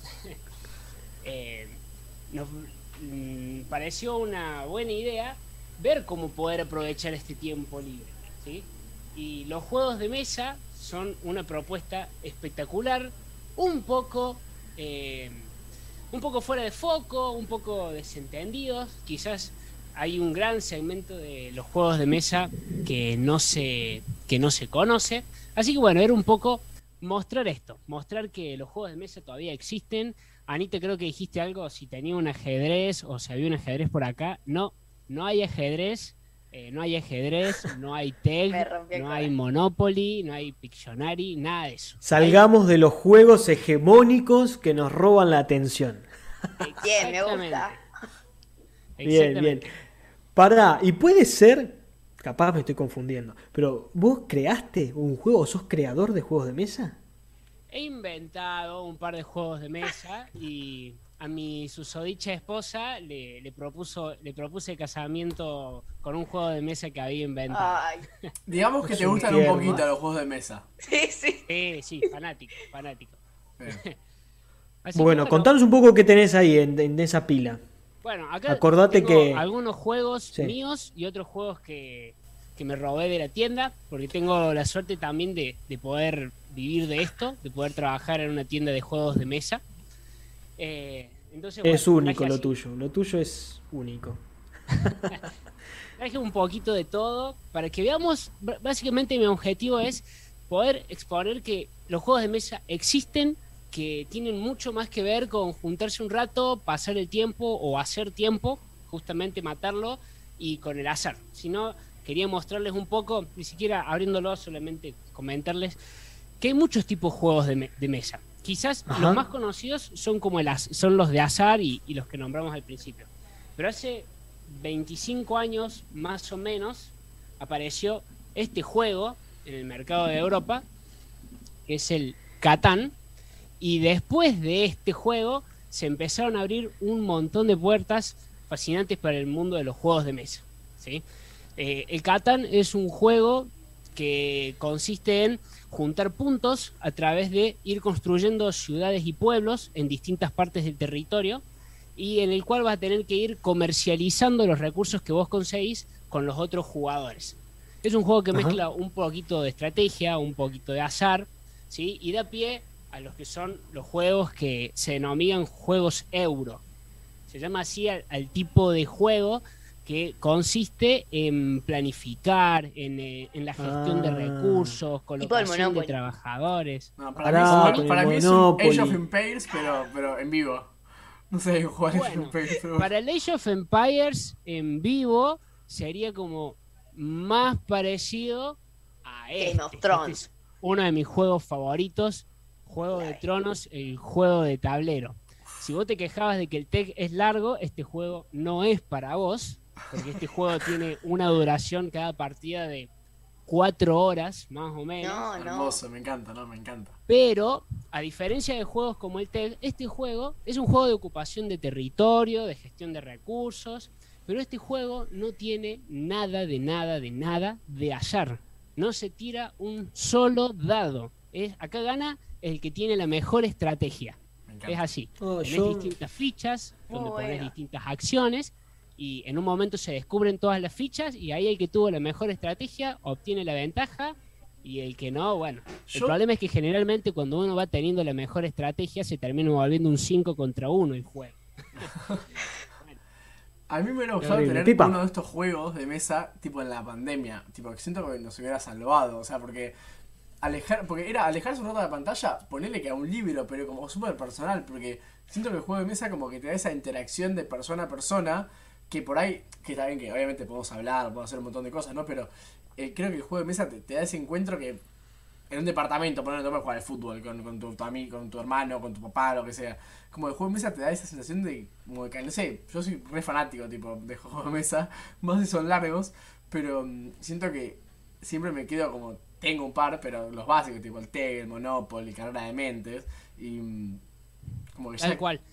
eh, nos mm, pareció una buena idea ver cómo poder aprovechar este tiempo libre, ¿sí? Y los juegos de mesa son una propuesta espectacular, un poco, eh, un poco fuera de foco, un poco desentendidos, quizás hay un gran segmento de los juegos de mesa que no se, que no se conoce. Así que bueno, era un poco mostrar esto, mostrar que los juegos de mesa todavía existen. Anita, creo que dijiste algo, si tenía un ajedrez o si había un ajedrez por acá. No, no hay ajedrez, eh, no hay ajedrez, no hay Me Teg, rompió el no hay corazón. Monopoly, no hay Pictionary, nada de eso. Salgamos de los juegos hegemónicos que nos roban la atención. Bien, me Exactamente. gusta. Bien, bien. Exactamente. Pará, y puede ser, capaz me estoy confundiendo, pero ¿vos creaste un juego o sos creador de juegos de mesa? He inventado un par de juegos de mesa y a mi susodicha esposa le, le propuso le propuse casamiento con un juego de mesa que había inventado. Ay, Digamos que Es te un gustan un tierno. poquito los juegos de mesa. sí, sí. Sí, sí, fanático, fanático. Bien. Así que, Bueno, contanos un poco qué tenés ahí en, en esa pila. Bueno, acá Acordate tengo que- algunos juegos Sí. míos y otros juegos que, que me robé de la tienda, porque tengo la suerte también de, de poder vivir de esto, de poder trabajar en una tienda de juegos de mesa. Eh, entonces, Es bueno, único traje lo así- tuyo, lo tuyo es único. Traje un poquito de todo para que veamos, b- básicamente mi objetivo es poder exponer que los juegos de mesa existen, que tienen mucho más que ver con juntarse un rato, pasar el tiempo o hacer tiempo, justamente matarlo, y con el azar. Si no, quería mostrarles un poco, ni siquiera abriéndolo, solamente comentarles que hay muchos tipos de juegos de, me- de mesa. Quizás Ajá. los más conocidos son como el az- son los de azar y, y los que nombramos al principio. Pero hace veinticinco años, más o menos, apareció este juego en el mercado de Europa, que es el Catán, y después de este juego se empezaron a abrir un montón de puertas fascinantes para el mundo de los juegos de mesa, ¿sí? Eh, el Catán es un juego que consiste en juntar puntos a través de ir construyendo ciudades y pueblos en distintas partes del territorio, y en el cual vas a tener que ir comercializando los recursos que vos conseguís con los otros jugadores. Es un juego que Ajá. mezcla un poquito de estrategia, un poquito de azar, ¿sí? Y da pie a los que son los juegos que se denominan juegos euro. Se llama así al, al tipo de juego que consiste en planificar, en, eh, en la gestión de Ah. recursos, Tipo el colocación de Monopoly. trabajadores. No, para Pará, mí, es- con el para mí es un Monopoly. Age of Empires, pero, pero en vivo. No sé jugar Age of Bueno, Empires. Pero... para el Age of Empires en vivo sería como más parecido a Game este. of Este Thrones. es uno de mis juegos favoritos, Juego de Claro. Tronos, el juego de tablero. Si vos te quejabas de que el tech es largo, este juego no es para vos, porque este juego tiene una duración cada partida de cuatro horas, más o menos. No, no. Hermoso, me encanta, no, me encanta. Pero, a diferencia de juegos como el T E G, este juego es un juego de ocupación de territorio, de gestión de recursos, pero este juego no tiene nada de nada de nada de azar. No se tira un solo dado. Es, acá gana el que tiene la mejor estrategia. Me Es encanta. así. Oh, Tenés yo- distintas fichas, Muy donde pones buena. distintas acciones, y en un momento se descubren todas las fichas, y ahí el que tuvo la mejor estrategia obtiene la ventaja, y el que no, bueno. El Yo- problema es que generalmente cuando uno va teniendo la mejor estrategia se termina volviendo un cinco contra uno el juego. A mí me hubiera gustado Horrible. tener Pipa. uno de estos juegos de mesa, tipo en la pandemia. Tipo, que siento que nos hubiera salvado. O sea, porque alejar, porque era alejarse un rato de la pantalla, ponerle que a un libro, pero como súper personal. Porque siento que el juego de mesa como que te da esa interacción de persona a persona. Que por ahí, que está bien que obviamente podemos hablar, podemos hacer un montón de cosas, ¿no? Pero eh, creo que el juego de mesa te, te da ese encuentro que en un departamento, por ejemplo, jugar al fútbol con, con tu, tu amigo, con tu hermano, con tu papá, lo que sea. Como el juego de mesa te da esa sensación de, como que, no sé, yo soy re fanático, tipo, de juegos de mesa, más si son largos, pero mm, siento que siempre me quedo como, tengo un par, pero los básicos, tipo el T E G, el Monopoly, Carrera de Mentes, y mm, como que ya... Tal cual.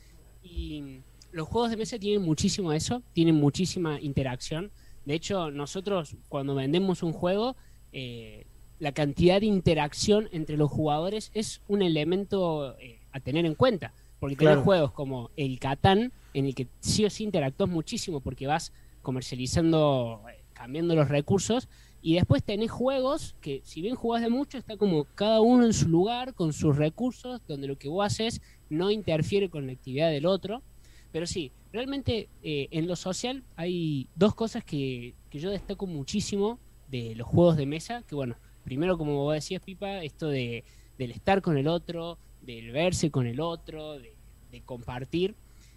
Y los juegos de mesa tienen muchísimo de eso, tienen muchísima interacción. De hecho, nosotros cuando vendemos un juego, eh, la cantidad de interacción entre los jugadores es un elemento eh, a tener en cuenta. Porque tenés Claro. juegos como el Catán, en el que sí o sí interactúas muchísimo porque vas comercializando, eh, cambiando los recursos. Y después tenés juegos que, si bien jugás de mucho, está como cada uno en su lugar, con sus recursos, donde lo que vos haces no interfiere con la actividad del otro. Pero sí, realmente eh, en lo social hay dos cosas que, que yo destaco muchísimo de los juegos de mesa. Que bueno, primero, como vos decías, Pipa, esto de, del estar con el otro, del verse con el otro, de, de compartir.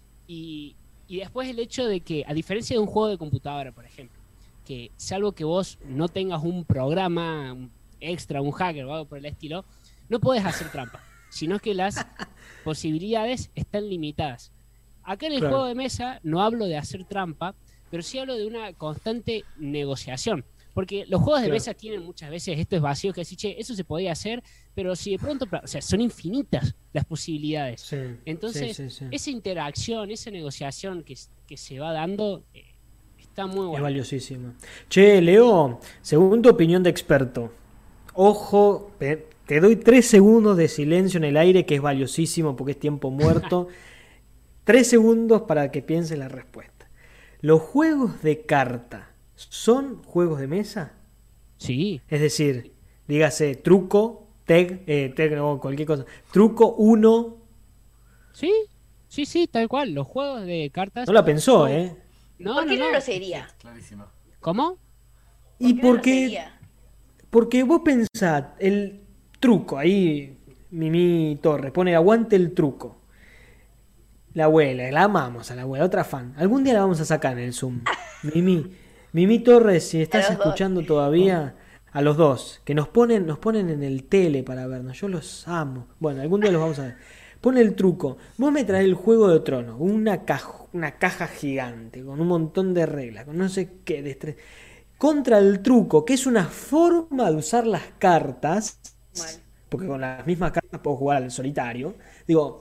Y, y después el hecho de que, a diferencia de un juego de computadora, por ejemplo, que salvo que vos no tengas un programa un extra, un hacker o algo por el estilo, no podés hacer trampa, sino que las posibilidades están limitadas. Acá en el Claro. juego de mesa no hablo de hacer trampa, pero sí hablo de una constante negociación. Porque los juegos de Claro. mesa tienen muchas veces estos vacíos que decís, che, eso se podía hacer, pero si de pronto, o sea, son infinitas las posibilidades. Sí, Entonces, sí, sí, sí. esa interacción, esa negociación que, que se va dando, eh, está muy Es buena. valiosísima. Che, Leo, según tu opinión de experto, ojo, pe- te doy tres segundos de silencio en el aire, que es valiosísimo porque es tiempo muerto. Tres segundos para que pienses la respuesta. ¿Los juegos de carta son juegos de mesa? Sí. Es decir, dígase truco, teg, eh, teg o cualquier cosa. Truco, uno. Sí, sí, sí, tal cual. Los juegos de cartas. No la pensó, ¿eh? No, ¿Por qué no, no, no. lo sería? Clarísima. ¿Cómo? Y ¿Por qué no lo porque, sería? porque vos pensás, el truco, ahí Mimi Torres pone aguante el truco. La abuela, la amamos a la abuela, otra fan. Algún día la vamos a sacar en el Zoom. Mimi, Mimi Torres, si estás A los dos. escuchando todavía, a los dos, que nos ponen, nos ponen en el tele para vernos. Yo los amo. Bueno, algún día los vamos a ver. Pone el truco. Vos me traes el Juego de Tronos, una caja, una caja gigante, con un montón de reglas, con no sé qué, de estres- contra el truco, que es una forma de usar las cartas, Mal. porque con las mismas cartas puedo jugar al solitario. Digo,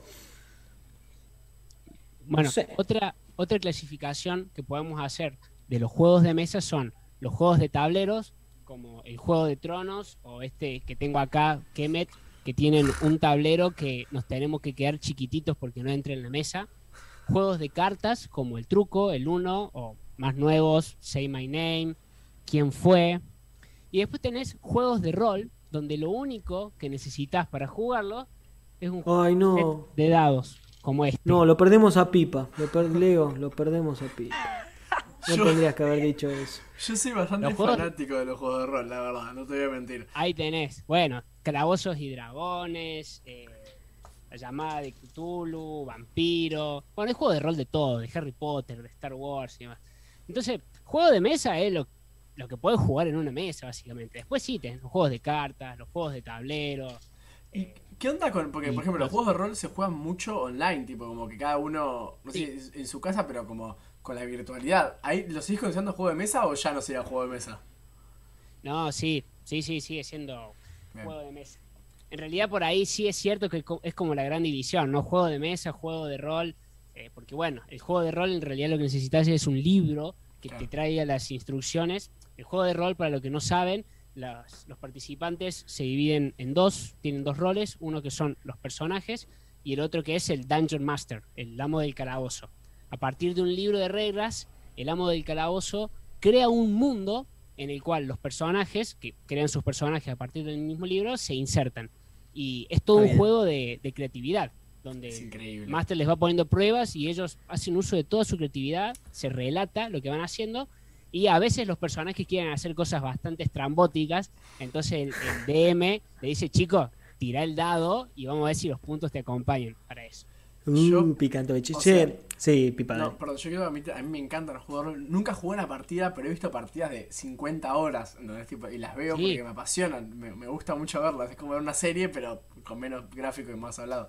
Bueno, No sé. otra, otra clasificación que podemos hacer de los juegos de mesa son los juegos de tableros, como el Juego de Tronos o este que tengo acá, Kemet, que tienen un tablero que nos tenemos que quedar chiquititos porque no entra en la mesa. Juegos de cartas como el Truco, el Uno, o más nuevos, Say My Name, Quién Fue. Y después tenés juegos de rol, donde lo único que necesitas para jugarlo es un ay no, set de dados, como este. no, lo perdemos a Pipa, lo per- Leo, lo perdemos a Pipa. No Yo- tendrías que haber dicho eso. Yo soy bastante Los juegos- fanático de los juegos de rol, la verdad, no te voy a mentir. Ahí tenés, bueno, Calabozos y Dragones, eh, La Llamada de Cthulhu, Vampiro. Bueno, hay juegos de rol de todo, de Harry Potter, de Star Wars y demás. Entonces, juego de mesa es lo, lo que puedes jugar en una mesa, básicamente. Después sí, tenés los juegos de cartas, los juegos de tablero. ¿Y qué onda con...? Porque, Y por ejemplo, los los- juegos de rol se juegan mucho online, tipo, como que cada uno, no Sí. sé, en su casa, pero como con la virtualidad. ¿Ahí lo seguís considerando juego de mesa o ya no sería juego de mesa? No, sí, sí, sí, sigue siendo Bien. juego de mesa. En realidad por ahí sí es cierto que co- es como la gran división, ¿no? Juego de mesa, juego de rol, eh, porque bueno, el juego de rol en realidad lo que necesitas es un libro que Claro. te traiga las instrucciones. El juego de rol, para los que no saben, las- los participantes se dividen en dos, tienen dos roles, uno que son los personajes y el otro que es el Dungeon Master, el amo del calabozo. A partir de un libro de reglas, el amo del calabozo crea un mundo en el cual los personajes, que crean sus personajes a partir del mismo libro, se insertan. Y es todo Está un bien. juego de, de creatividad, donde Es increíble. el máster les va poniendo pruebas y ellos hacen uso de toda su creatividad, se relata lo que van haciendo, y a veces los personajes quieren hacer cosas bastante estrambóticas, entonces el, el D M le dice, chico, tira el dado y vamos a ver si los puntos te acompañan para eso. Uh, Yo- picante, o che. sea, Sí, Pipa, No, dale. perdón, yo quiero admitir, a mí me encantan los juegos de rol. Nunca jugué una partida, pero he visto partidas de cincuenta horas, ¿entendés? Tipo, y las veo Sí. porque me apasionan. Me, me gusta mucho verlas. Es como ver una serie, pero con menos gráfico y más hablado.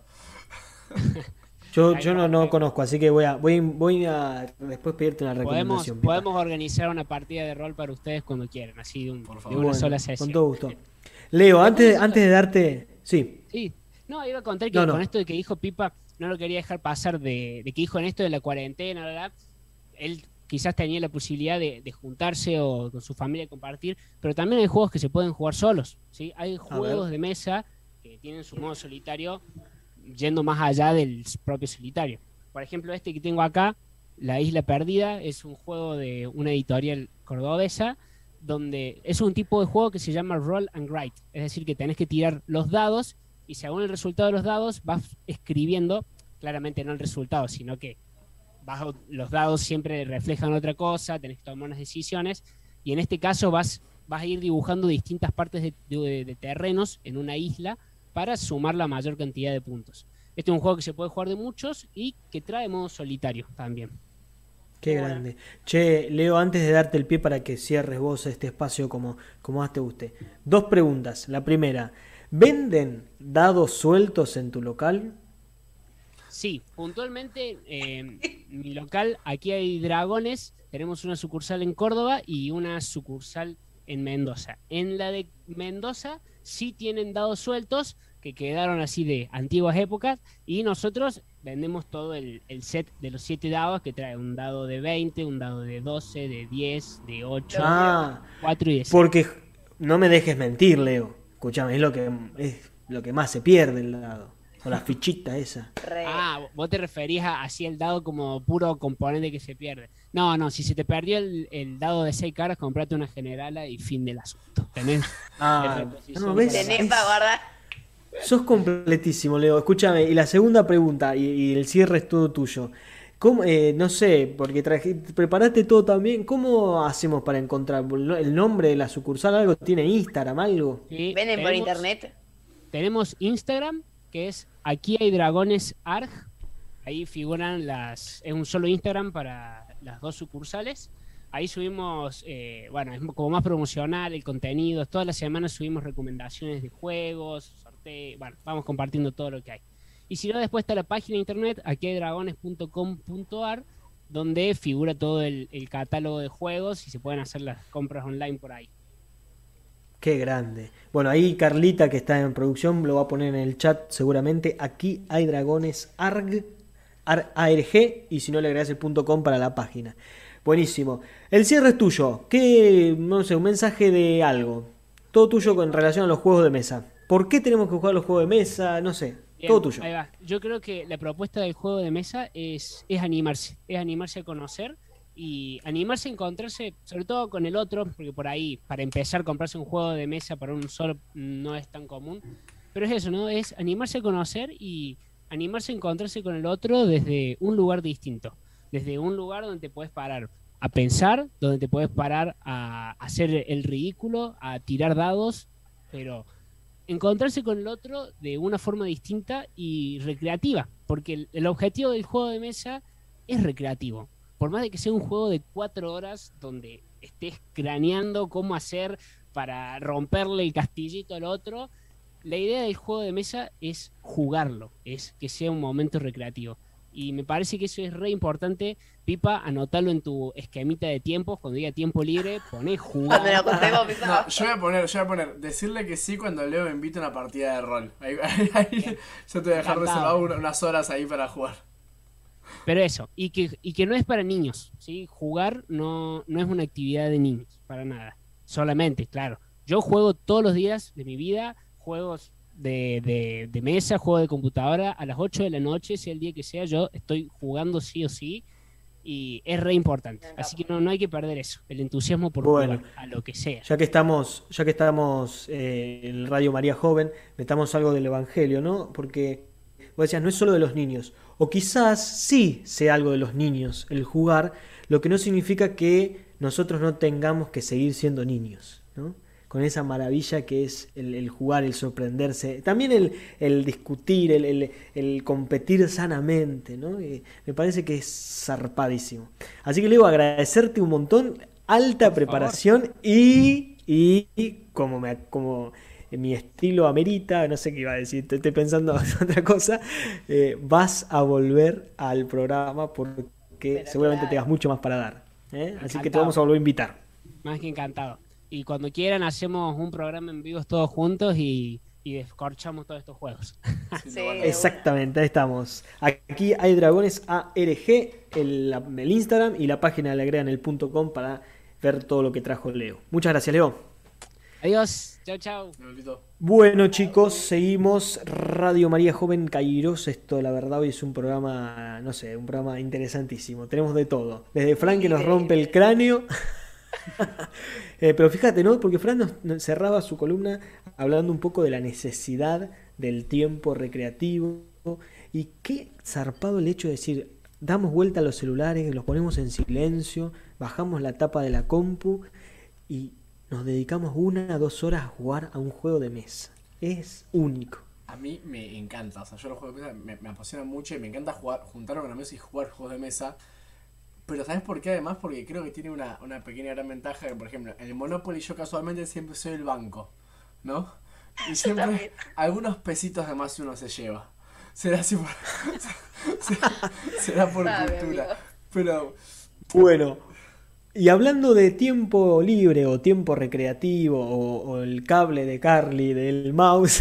Yo, Ahí yo va, no, no ahí va. conozco, así que voy a, voy, voy a después pedirte una Podemos, recomendación. Pipa. podemos organizar una partida de rol para ustedes cuando quieran, así de, un- Por de favor. una Bueno, sola con sesión. todo gusto. Leo, antes, Después- antes de darte... Sí, Sí, no, iba a contar que No, no. con esto de que dijo Pipa, no lo quería dejar pasar de, de que dijo en esto de la cuarentena, bla, bla, él quizás tenía la posibilidad de, de juntarse o con su familia compartir, pero también hay juegos que se pueden jugar solos, ¿sí? Hay juegos ver. de mesa que tienen su modo solitario yendo más allá del propio solitario. Por ejemplo, este que tengo acá, La Isla Perdida, es un juego de una editorial cordobesa donde es un tipo de juego que se llama Roll and Write, es decir, que tenés que tirar los dados y según el resultado de los dados vas escribiendo, claramente no el resultado, sino que vas, los dados siempre reflejan otra cosa, tenés que tomar unas decisiones y en este caso vas, vas a ir dibujando distintas partes de, de- de terrenos en una isla para sumar la mayor cantidad de puntos. Este es un juego que se puede jugar de muchos y que trae modo solitario también. qué Bueno. grande. Che, Leo, antes de darte el pie para que cierres vos este espacio como, como más te guste. Dos preguntas. La primera, ¿venden dados sueltos en tu local? Sí, puntualmente eh, mi local, aquí hay dragones, tenemos una sucursal en Córdoba y una sucursal en Mendoza. En la de Mendoza sí tienen dados sueltos que quedaron así de antiguas épocas y nosotros vendemos todo el, el set de los siete dados que trae un dado de veinte, un dado de doce, de diez, de ocho, Ah, cuatro y de seis. porque no me dejes mentir, Leo. escuchame, es lo que es lo que más se pierde el dado. O la fichita esa. Re. Ah, vos te referís a así el dado como puro componente que se pierde. No, no, si se te perdió el, el dado de seis caras, comprate una generala y fin del asunto. ¿Tenés? Ah, reposición no, ¿ves? para- Tenés para guardar. Sos completísimo, Leo. Escúchame, y la segunda pregunta, y, y el cierre es todo tuyo. ¿Cómo, eh, no sé, porque traje, preparaste todo también. ¿Cómo hacemos para encontrar el nombre de la sucursal? ¿Algo tiene Instagram, algo? Sí, Venden por tenemos- internet. Tenemos Instagram, que es Aquí hay dragones arg. Ahí figuran las. Es un solo Instagram para las dos sucursales. Ahí subimos, eh, bueno, es como más promocional el contenido. Todas las semanas subimos recomendaciones de juegos, sorteos. Bueno, vamos compartiendo todo lo que hay. Y si no, después está la página de internet, aquí hay dragones punto com punto a r, donde figura todo el, el catálogo de juegos y se pueden hacer las compras online por ahí. Qué grande. Bueno, ahí Carlita, que está en producción, lo va a poner en el chat seguramente. Aquí hay dragones arg, ar- arg, y si no le agregas el punto .com para la página. Buenísimo. El cierre es tuyo. ¿Qué, no sé, un mensaje de algo? Todo tuyo con relación a los juegos de mesa. ¿Por qué tenemos que jugar los juegos de mesa? No sé. Bien, Todo tuyo. ahí va. Yo creo que la propuesta del juego de mesa es, es animarse, es animarse a conocer y animarse a encontrarse, sobre todo con el otro, porque por ahí, para empezar, comprarse un juego de mesa para un solo no es tan común. Pero es eso, ¿no? Es animarse a conocer y animarse a encontrarse con el otro desde un lugar distinto, desde un lugar donde te puedes parar a pensar, donde te puedes parar a hacer el ridículo, a tirar dados, pero encontrarse con el otro de una forma distinta y recreativa, porque el, el objetivo del juego de mesa es recreativo. Por más de que sea un juego de cuatro horas donde estés craneando cómo hacer para romperle el castillito al otro, la idea del juego de mesa es jugarlo, es que sea un momento recreativo. Y me parece que eso es re importante. Pipa, anotarlo en tu esquemita de tiempos. Cuando diga tiempo libre, poné jugar. Cuando lo contemos, Pipa. No, yo voy a poner, yo voy a poner, decirle que sí cuando Leo me invite a una partida de rol. Ahí, ahí, ahí yo te voy a dejar Encantado. reservado una- unas horas ahí para jugar. Pero eso, y que, y que no es para niños, ¿sí? Jugar no, no es una actividad de niños, para nada. Solamente, claro. Yo juego todos los días de mi vida, juegos de, de, de mesa, juego de computadora, a las ocho de la noche, sea el día que sea, yo estoy jugando sí o sí, y es re importante. Así que no, no hay que perder eso, el entusiasmo por Bueno. jugar, a lo que sea. Ya que estamos, ya que estamos eh, en el Radio María Joven, metamos algo del Evangelio, ¿no? Porque vos decías, no es solo de los niños. O quizás sí sea algo de los niños el jugar, lo que no significa que nosotros no tengamos que seguir siendo niños, ¿no? Con esa maravilla que es el, el jugar, el sorprenderse, también el, el discutir, el, el, el competir sanamente, ¿no? Eh, me parece que es zarpadísimo. Así que Leo, agradecerte un montón, alta preparación y, y, y como me como mi estilo amerita, no sé qué iba a decir, estoy pensando otra cosa, eh, vas a volver al programa porque Pero seguramente claro. tengas mucho más para dar, ¿eh? Así que te Encantado. vamos a volver a invitar. Más que encantado. Y cuando quieran hacemos un programa en vivo todos juntos y, y descorchamos todos estos juegos. Sin Sí, lugar a de dudas. Exactamente, ahí estamos. Aquí hay Dragones A R G, el, la- el Instagram y la página le agregan el punto com para ver todo lo que trajo Leo. Muchas gracias, Leo. Adiós, chao, chao. Leolito. Bueno, chicos, seguimos Radio María Joven Kairos. Esto, la verdad, hoy es un programa, no sé, un programa interesantísimo. Tenemos de todo. Desde Fran que nos rompe el cráneo. Eh, pero fíjate, ¿no? Porque Fran nos, nos cerraba su columna hablando un poco de la necesidad del tiempo recreativo. Y qué zarpado el hecho de decir, damos vuelta a los celulares, los ponemos en silencio, bajamos la tapa de la compu y nos dedicamos una a dos horas a jugar a un juego de mesa. Es único. A mí me encanta, o sea, yo los juegos de mesa me, me apasiona mucho y me encanta jugar, juntarme con amigos y jugar juegos de mesa. Pero ¿sabes por qué? Además, porque creo que tiene una, una pequeña gran ventaja, que por ejemplo, en el Monopoly yo casualmente siempre soy el banco, ¿no? Y siempre algunos pesitos de más uno se lleva. Será así por... será, será por Sabe, cultura. amigo. Pero Bueno, y hablando de tiempo libre o tiempo recreativo o, o el cable de Carly del mouse,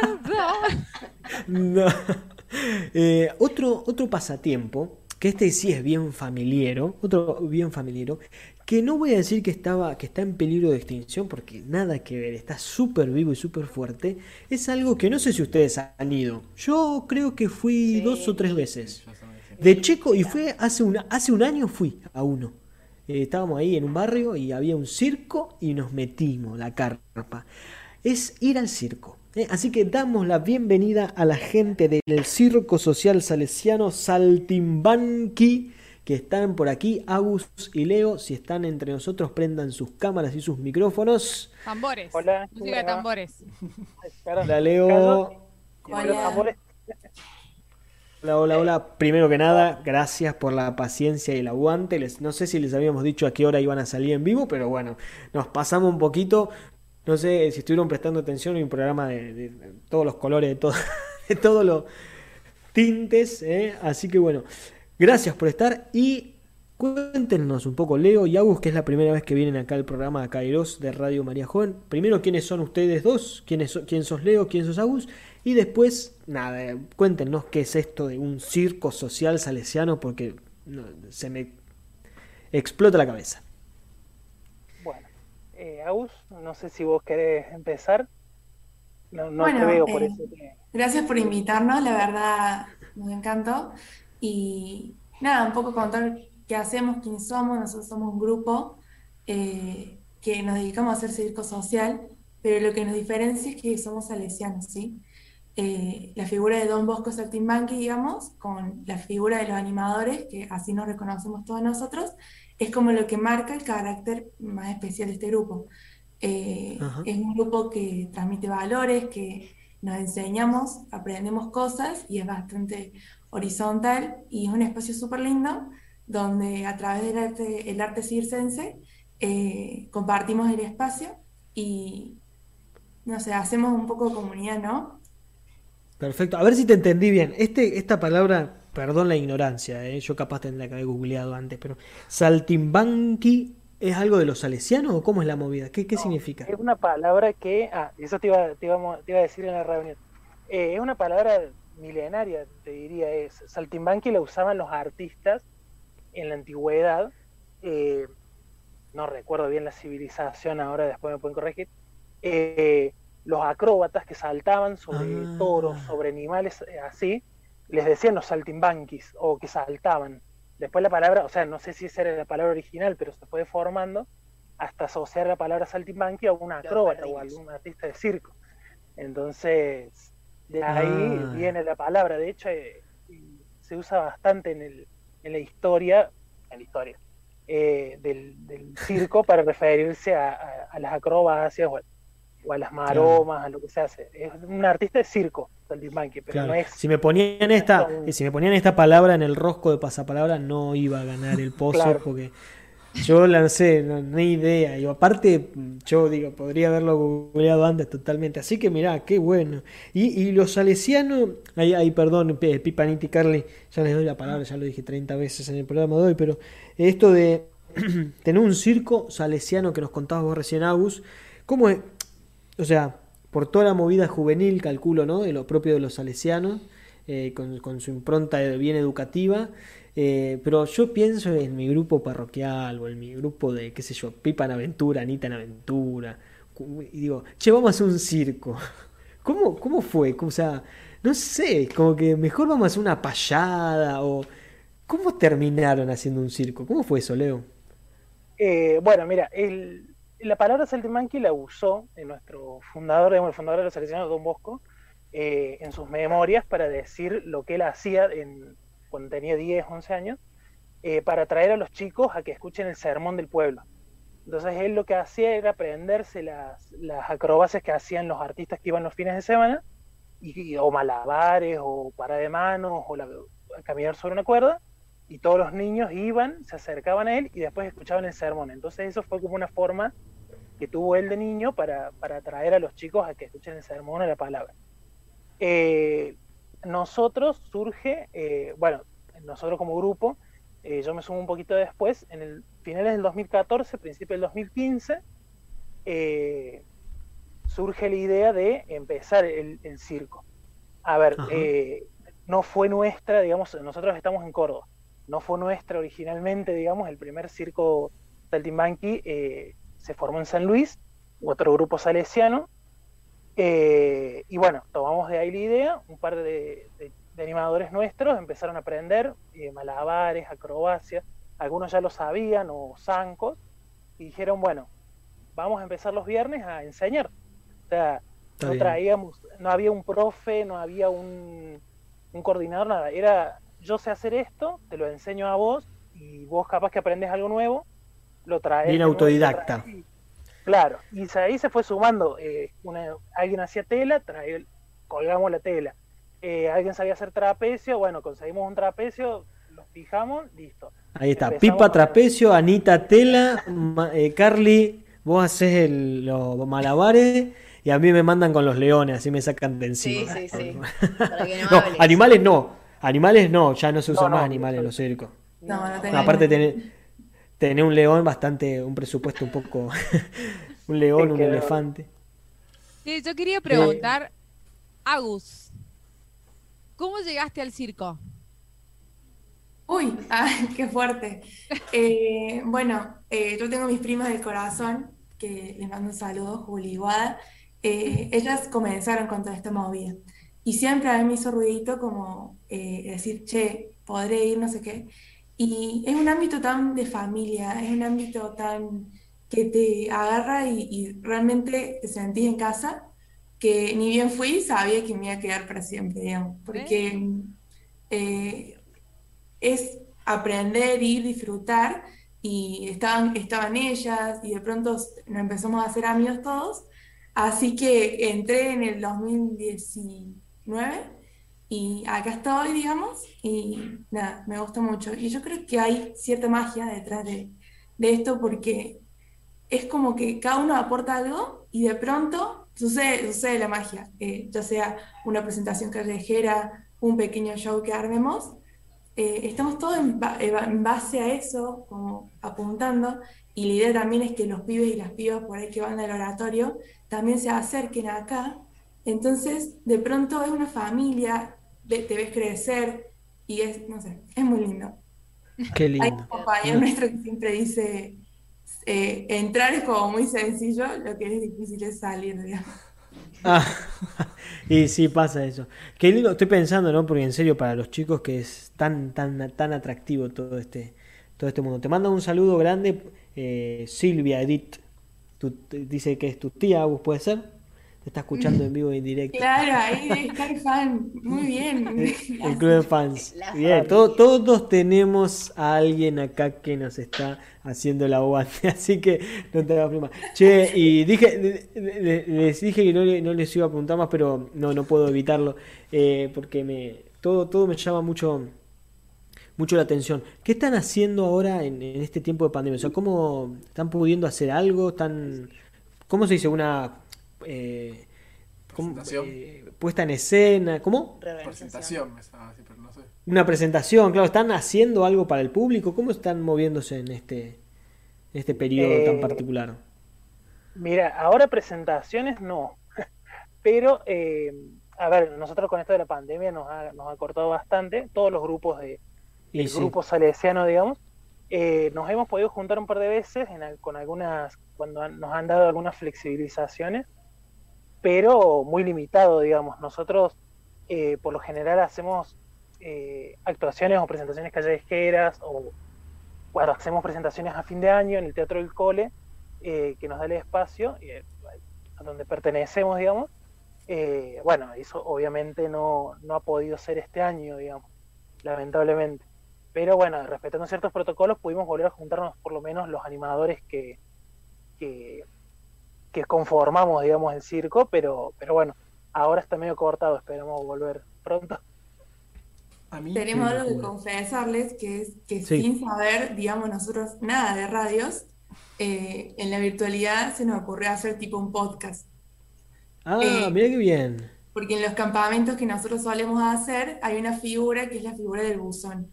no. Eh, otro, otro pasatiempo, que este sí es bien familiero, otro bien familiero, que no voy a decir que estaba que está en peligro de extinción, porque nada que ver, está súper vivo y súper fuerte. Es algo que no sé si ustedes han ido. Yo creo que fui Sí. dos o tres veces de chico, y fue hace una, hace un año fui a uno. Eh, estábamos ahí en un barrio y había un circo y nos metimos, la carpa. Es ir al circo. ¿eh? Así que damos la bienvenida a la gente del Circo Social Salesiano Saltimbanqui, que están por aquí. Agus y Leo, si están entre nosotros, prendan sus cámaras y sus micrófonos. Tambores. Hola, Música de ¿cómo va? tambores. Hola, Leo. Hola. Hola, hola, hola. Primero que nada, gracias por la paciencia y el aguante. Les, no sé si les habíamos dicho a qué hora iban a salir en vivo, pero bueno, nos pasamos un poquito. No sé si estuvieron prestando atención en un programa de, de- de todos los colores, de, todo- de todos los tintes. ¿eh? Así que bueno, gracias por estar y cuéntenos un poco, Leo y Agus, que es la primera vez que vienen acá al programa Kairos de Radio María Joven. Primero, ¿quiénes son ustedes dos? ¿Quién, es, quién sos Leo? ¿Quién sos Agus? Y después, nada, eh, cuéntenos qué es esto de un circo social salesiano, porque no, se me explota la cabeza. Bueno, eh, Agus, no sé si vos querés empezar. No, no te Bueno, veo, por eh, eso que... gracias por invitarnos, la verdad nos encantó. Y nada, un poco contar qué hacemos, quiénes somos. Nosotros somos un grupo eh, que nos dedicamos a hacer circo social, pero lo que nos diferencia es que somos salesianos, ¿sí? Eh, la figura de Don Bosco Saltimbanqui, digamos, con la figura de los animadores, que así nos reconocemos todos nosotros, es como lo que marca el carácter más especial de este grupo. Eh, Ajá. es un grupo que transmite valores, que nos enseñamos, aprendemos cosas y es bastante horizontal y es un espacio súper lindo donde a través del arte, el arte circense eh, compartimos el espacio y, no sé, hacemos un poco de comunidad, ¿no? Perfecto. A ver si te entendí bien. Este, esta palabra, perdón la ignorancia, ¿eh? Yo capaz tendría que haber googleado antes, pero Saltimbanqui es algo de los salesianos o cómo es la movida? ¿Qué, qué significa? Es una palabra que... Ah, eso te iba, te iba, te iba a decir en la reunión. Eh, es una palabra milenaria, te diría. Es Saltimbanqui la usaban los artistas en la antigüedad. Eh, no recuerdo bien la civilización ahora, después me pueden corregir. Eh, los acróbatas que saltaban sobre Ah. toros, sobre animales eh, así, les decían los saltimbanquis, o que saltaban. Después la palabra, o sea, no sé si esa era la palabra original, pero se fue formando hasta asociar la palabra saltimbanqui a un acróbata o a algún artista de circo. Entonces, de ahí Ah. viene la palabra. De hecho, eh, se usa bastante en, el, en la historia, en la historia eh, del, del circo para referirse a, a, a las acrobacias o a, o a las maromas, a lo que se hace. Es un artista de circo, Saltimbanqui, pero Claro. no es... Si me ponían esta, son- si me ponían esta palabra en el rosco de pasapalabra, no iba a ganar el pozo, Claro. porque yo lancé, no, ni idea. Y aparte, yo digo, podría haberlo googleado antes totalmente. Así que mirá, qué bueno. Y, y los salesianos, ahí, ahí perdón, Pe- Pipaniti Carly, ya les doy la palabra, ya lo dije treinta veces en el programa de hoy, pero esto de tener un circo salesiano que nos contabas vos recién, Agus, ¿cómo es? O sea, por toda la movida juvenil, calculo, ¿no? De lo propio de los salesianos, eh, con, con su impronta de- bien educativa. eh, pero yo pienso en mi grupo parroquial o en mi grupo de, qué sé yo, Pipa en Aventura, Anita en Aventura. cu- Y digo, che, vamos a hacer un circo. ¿Cómo, cómo fue? O sea, no sé, como que mejor vamos a hacer una payada o... ¿Cómo terminaron haciendo un circo? ¿Cómo fue eso, Leo? Eh, bueno, mira, el, la palabra saltimbanqui la usó en nuestro fundador, digamos, el fundador de los salesianos, Don Bosco, eh, en sus memorias para decir lo que él hacía en, cuando tenía diez, once años, eh, para atraer a los chicos a que escuchen el sermón del pueblo. Entonces él lo que hacía era aprenderse las, las acrobacias que hacían los artistas que iban los fines de semana, y, y- o malabares, o para de manos, o la, caminar sobre una cuerda, y todos los niños iban, se acercaban a él y después escuchaban el sermón. Entonces eso fue como una forma que tuvo él de niño para, para atraer a los chicos a que escuchen el sermón o la palabra. Eh, nosotros surge, eh, bueno, nosotros como grupo, eh, yo me sumo un poquito después, en el finales del dos mil catorce, principio del dos mil quince, eh, surge la idea de empezar el, el circo. A ver, eh, no fue nuestra, digamos, nosotros estamos en Córdoba, no fue nuestra originalmente, digamos, el primer circo Saltimbanqui eh, se formó en San Luis, otro grupo salesiano, eh, y bueno, tomamos de ahí la idea, un par de, de, de animadores nuestros empezaron a aprender eh, malabares, acrobacias, algunos ya lo sabían, o zancos, y dijeron, bueno, vamos a empezar los viernes a enseñar. O sea, Está no bien. traíamos, no había un profe, no había un, un coordinador, nada, era, yo sé hacer esto, te lo enseño a vos, y vos capaz que aprendes algo nuevo, lo traes. Bien de nuevo, lo autodidacta. traes y- Claro, y se- ahí se fue sumando, eh, una- alguien hacía tela, trae- colgamos la tela. Eh, alguien sabía hacer trapecio, bueno, conseguimos un trapecio, los fijamos, listo. Ahí está, Empezamos Pipa a- Trapecio, Anita Tela, Ma- eh, Carly, vos haces el- los malabares y a mí me mandan con los leones, así me sacan de Sí, encima. sí, sí. Para que no, No, hables. animales no, animales no, ya no se usan No, no, más animales en los circos. No, no No, tenés. aparte tener, tener un león bastante, un presupuesto un poco, un león, Sí, un que- elefante. Sí, yo quería preguntar, Agus, ¿cómo llegaste al circo? Uy, ah, qué fuerte. Eh, bueno, eh, yo tengo mis primas del corazón, que les mando un saludo, Juli y Guada. Eh, ellas comenzaron con toda esta movida. Y siempre a mí me hizo ruidito como eh, decir, che, podré ir, no sé qué. Y es un ámbito tan de familia, es un ámbito tan que te agarra y, y realmente te sentís en casa, que ni bien fui, sabía que me iba a quedar para siempre, digamos. Porque eh, es aprender, ir, disfrutar, y estaban, estaban ellas, y de pronto nos empezamos a hacer amigos todos, así que entré en el dos mil diecinueve, y acá estoy, digamos, y nada, me gusta mucho, y yo creo que hay cierta magia detrás de, de esto, porque es como que cada uno aporta algo, y de pronto sucede, sucede la magia, eh, ya sea una presentación callejera, un pequeño show que armemos, eh, estamos todos en, ba- en base a eso, como apuntando, y la idea también es que los pibes y las pibas por ahí que van al oratorio también se acerquen acá. Entonces, de pronto es una familia, ve- te ves crecer, y es, no sé, es muy lindo. Qué Hay un lindo. compañero nuestro que siempre dice, eh, entrar es como muy sencillo, lo que es difícil es salir, digamos. Ah, y sí pasa eso. Qué lindo, estoy pensando, ¿no? Porque en serio, para los chicos que es tan, tan, tan atractivo todo este, todo este mundo. Te manda un saludo grande, eh, Silvia Edith. Tu- te- dice que es tu tía, ¿vos puede ser? Te está escuchando en vivo y en directo. Claro, ahí debe estar fan, muy bien. El club de fans. La Bien, familia. to- todos tenemos a alguien acá que nos está haciendo el aguante, así que no te hagas problema. Che, y dije, le- le- les dije que no, le- no les iba a preguntar más, pero no, no puedo evitarlo, eh, porque me, todo, todo me llama mucho, mucho la atención. ¿Qué están haciendo ahora en, en este tiempo de pandemia? O sea, ¿cómo están pudiendo hacer algo? ¿Están, cómo se dice? Una eh, ¿cómo? Presentación. Eh, puesta en escena, ¿cómo? Reorganización. Presentación, me estaba así, pero no sé. Una presentación, claro, ¿están haciendo algo para el público? ¿Cómo están moviéndose en este, en este periodo tan Eh, particular? Mira, ahora presentaciones no, pero eh, a ver, nosotros con esto de la pandemia nos ha, nos ha cortado bastante, todos los grupos de, Y el sí, grupo salesiano, digamos, eh, nos hemos podido juntar un par de veces en al- con algunas, cuando han- nos han dado algunas flexibilizaciones, pero muy limitado, digamos. Nosotros eh, por lo general hacemos eh, actuaciones o presentaciones callejeras, o bueno, hacemos presentaciones a fin de año en el Teatro del Cole, eh, que nos da el espacio, eh, a donde pertenecemos, digamos. Eh, bueno, eso obviamente no, no ha podido ser este año, digamos, lamentablemente. Pero bueno, respetando ciertos protocolos, pudimos volver a juntarnos por lo menos los animadores que, que, que conformamos, digamos, el circo, pero, pero bueno, ahora está medio cortado, esperamos volver pronto. A mí, Tenemos Qué algo que locura. confesarles, que es que Sí. sin saber, digamos, nosotros nada de radios, eh, en la virtualidad se nos ocurrió hacer tipo un podcast. Ah, Eh, mira qué bien. Porque en los campamentos que nosotros solemos hacer hay una figura que es la figura del buzón.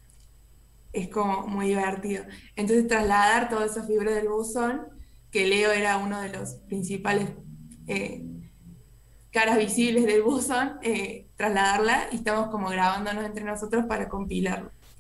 Es como muy divertido. Entonces trasladar toda esa figura del buzón, que Leo era uno de los principales eh, caras visibles del buzón, eh, trasladarla, y estamos como grabándonos entre nosotros para compilarlo.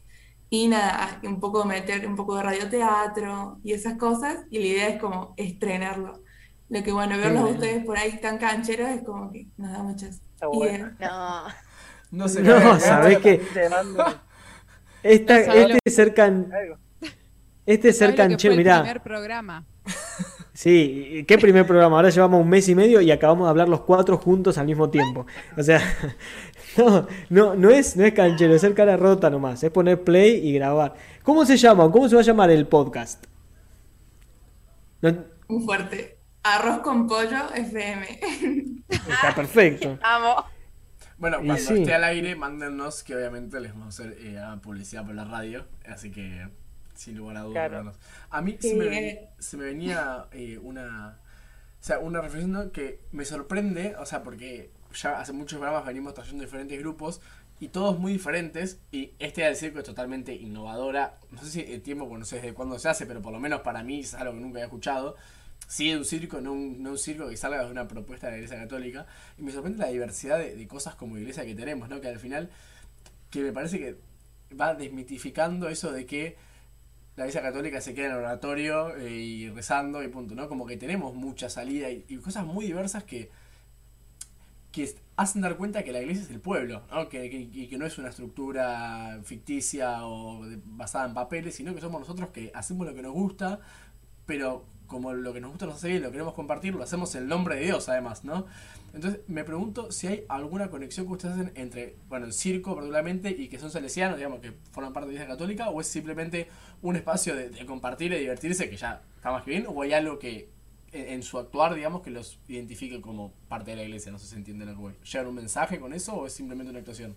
Y nada, un poco meter un poco de radioteatro y esas cosas, y la idea es como estrenarlo. Lo que bueno, Qué verlos a bueno. ustedes por ahí tan cancheros es como que nos da muchas Está bueno. ideas. No. No se No, me ¿sabés qué? Te mando Esta, No sabe este ser can, algo. este ser ¿Sabes lo que fue canchero, el mirá. primer programa? Sí, ¿qué primer programa? Ahora llevamos un mes y medio y acabamos de hablar los cuatro juntos al mismo tiempo. O sea, no, no, no es, no es canchero, es ser cara rota nomás, es poner play y grabar. ¿Cómo se llama? ¿Cómo se va a llamar el podcast? No- Muy fuerte. Arroz con pollo F M. está perfecto. Amo. Bueno, Y cuando sí. esté al aire, mándennos, que obviamente les vamos a hacer eh, publicidad por la radio, así que sin lugar a dudas. Claro. mándanos. A mí Sí, se, me, eh. ven- se me venía eh, una, o sea, una reflexión, ¿no? Que me sorprende, o sea, porque ya hace muchos programas venimos trayendo diferentes grupos y todos muy diferentes, y este del circo es totalmente innovadora. No sé si el tiempo, pues no sé desde cuándo se hace, pero por lo menos para mí es algo que nunca había escuchado. Sí, de un circo, no un, no un circo que salga de una propuesta de la Iglesia Católica. Y me sorprende la diversidad de, de cosas como iglesia que tenemos, ¿no? Que al final, que me parece que va desmitificando eso de que la Iglesia Católica se queda en el oratorio eh, y rezando y punto, ¿no? Como que tenemos mucha salida y, y cosas muy diversas que, que hacen dar cuenta que la iglesia es el pueblo, ¿no? Que, que, y que no es una estructura ficticia o de- basada en papeles, sino que somos nosotros que hacemos lo que nos gusta, pero como lo que nos gusta nos hace bien, lo queremos compartir, lo hacemos en nombre de Dios además, ¿no? Entonces me pregunto si hay alguna conexión que ustedes hacen entre, bueno, el circo particularmente y que son salesianos, digamos, que forman parte de la Iglesia Católica, o es simplemente un espacio de, de compartir y divertirse que ya está más que bien, o hay algo que en, en su actuar, digamos, que los identifique como parte de la iglesia, no sé si se entiende lo que voy. ¿Llevan un mensaje con eso o es simplemente una actuación?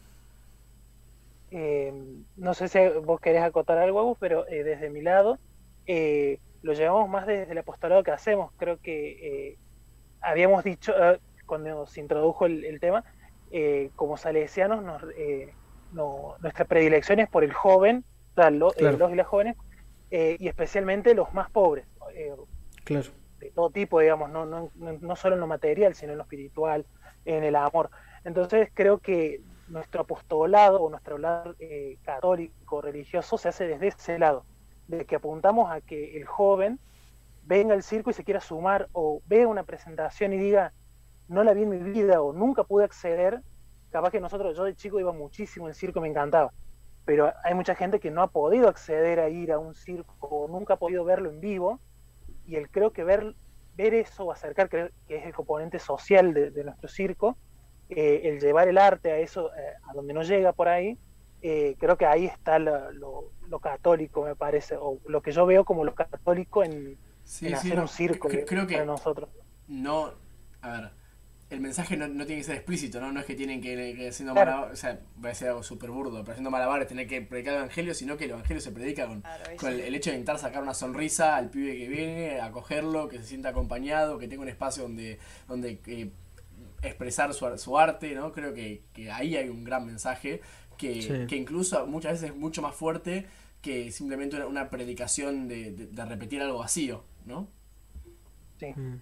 Eh, no sé si vos querés acotar algo, Agus, pero eh, desde mi lado eh, lo llevamos más desde el apostolado que hacemos. Creo que eh, habíamos dicho, eh, cuando se introdujo el, el tema, eh, como salesianos, nos, eh, no- nuestra predilección es por el joven, o sea, lo- eh, Claro. los y las jóvenes, eh, y especialmente los más pobres, eh, Claro. de todo tipo, digamos, no, no, no, no solo en lo material, sino en lo espiritual, en el amor. Entonces creo que nuestro apostolado o nuestro lado eh, católico, religioso, se hace desde ese lado, de que apuntamos a que el joven venga al circo y se quiera sumar, o vea una presentación y diga, no la vi en mi vida, o nunca pude acceder. Capaz que nosotros, yo de chico iba muchísimo al circo, me encantaba, pero hay mucha gente que no ha podido acceder a ir a un circo, o nunca ha podido verlo en vivo, y el creo que ver, ver eso o acercar, que, que es el componente social de, de nuestro circo, eh, el llevar el arte a eso, eh, a donde no llega por ahí, eh, creo que ahí está lo, lo, lo católico, me parece, o lo que yo veo como lo católico en, Sí, en sí, hacer no, un circo cre- creo que para nosotros. no, a ver, el mensaje no, no tiene que ser explícito, ¿no? No es que tienen que, que haciendo Claro. malabares, o sea, voy a decir algo súper burdo, pero haciendo malabares tener que predicar el evangelio, sino que el evangelio se predica con, Claro, eso. con el, el hecho de intentar sacar una sonrisa al pibe que viene, acogerlo, que se sienta acompañado, que tenga un espacio donde, donde eh, expresar su, ar- su arte, ¿no? Creo que, que ahí hay un gran mensaje que, Sí. que incluso muchas veces es mucho más fuerte que simplemente una, una predicación de, de- de repetir algo vacío, ¿no? Sí. Mm.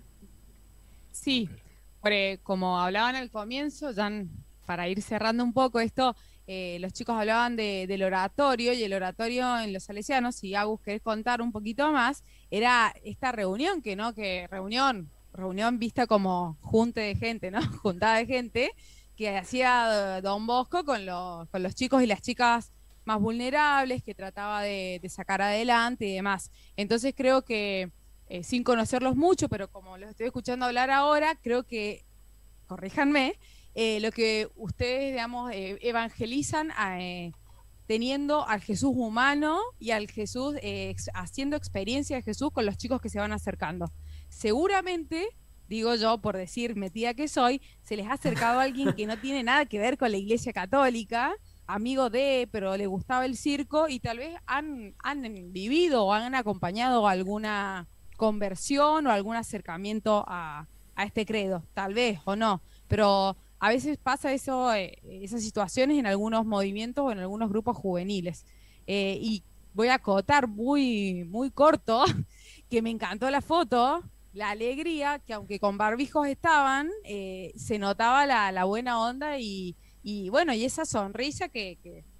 Sí, porque como hablaban al comienzo, ya n- para ir cerrando un poco esto, eh, los chicos hablaban de- del oratorio y el oratorio en los salesianos, si Agus querés contar un poquito más, era esta reunión, que no, que reunión, reunión vista como junte de gente, ¿no? Juntada de gente, que hacía eh, Don Bosco con los, con los chicos y las chicas más vulnerables, que trataba de, de sacar adelante y demás. Entonces creo que eh, sin conocerlos mucho, pero como los estoy escuchando hablar ahora, creo que, corríjanme, eh, lo que ustedes, digamos, eh, evangelizan eh, teniendo al Jesús humano y al Jesús, eh, ex- haciendo experiencia de Jesús con los chicos que se van acercando. Seguramente, digo yo, por decir metida que soy, se les ha acercado a alguien que no tiene nada que ver con la Iglesia Católica, amigo de, pero le gustaba el circo y tal vez han, han vivido o han acompañado alguna conversión o algún acercamiento a, a este credo, tal vez o no, pero a veces pasa eso, eh, esas situaciones en algunos movimientos o en algunos grupos juveniles. Eh, y voy a acotar muy, muy corto que me encantó la foto, la alegría, que aunque con barbijos estaban, eh, se notaba la, la buena onda y, y bueno, y esa sonrisa que, que,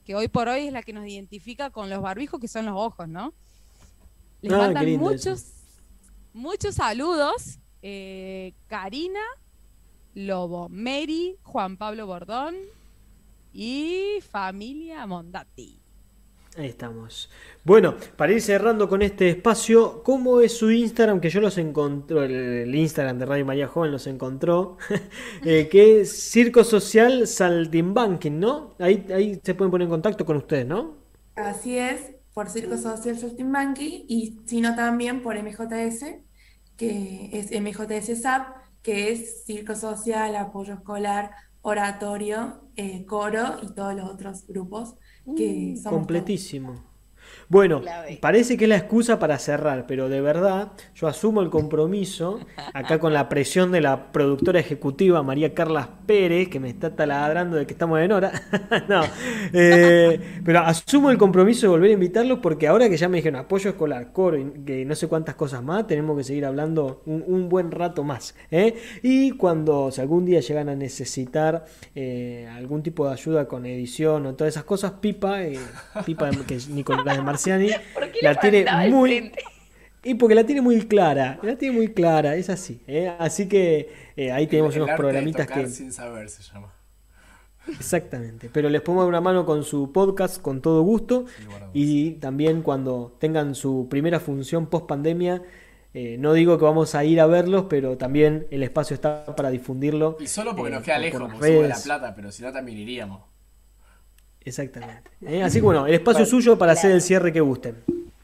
que hoy por hoy es la que nos identifica con los barbijos, que son los ojos, ¿no? Les Ah, mandan qué lindo muchos, eso. muchos saludos. eh, Karina Lobo, Mary, Juan Pablo Bordón y familia Mondati. Ahí estamos. Bueno, para ir cerrando con este espacio, ¿cómo es su Instagram? Que yo los encontró, el, el Instagram de Radio María Joven los encontró, eh, que es Circo Social Saltimbanquín, ¿no? Ahí, ahí se pueden poner en contacto con ustedes, ¿no? Así es, por Circo Social Saltimbanqui y sino también por M J S, que es M J S S A P, que es Circo Social, Apoyo Escolar, Oratorio, eh, Coro y todos los otros grupos que somos todos. Completísimo. Bueno, Clave. parece que es la excusa para cerrar, pero de verdad yo asumo el compromiso, acá con la presión de la productora ejecutiva María Carla Pérez, que me está taladrando de que estamos en hora. No, eh, pero asumo el compromiso de volver a invitarlos porque ahora que ya me dijeron apoyo escolar, coro y que no sé cuántas cosas más, tenemos que seguir hablando un, un buen rato más, ¿eh? Y cuando, si algún día llegan a necesitar eh, algún tipo de ayuda con edición o todas esas cosas, Pipa, eh, Pipa que es Nicolás de Marciani, ¿Por qué la le tiene faltaba el muy... frente? Y porque la tiene muy clara, la tiene muy clara, es así, ¿eh? Así que eh, ahí tenemos El unos arte de programitas tocar que... sin saber se llama. Exactamente, pero les pongo una mano con su podcast con todo gusto y también cuando tengan su primera función post pandemia, eh, no digo que vamos a ir a verlos, pero también el espacio está para difundirlo. Y solo porque eh, nos queda por- lejos, por las porque somos de La redes. Plata, pero si no también iríamos. Exactamente. ¿eh? Así que bueno, el espacio es suyo para hacer el cierre que gusten.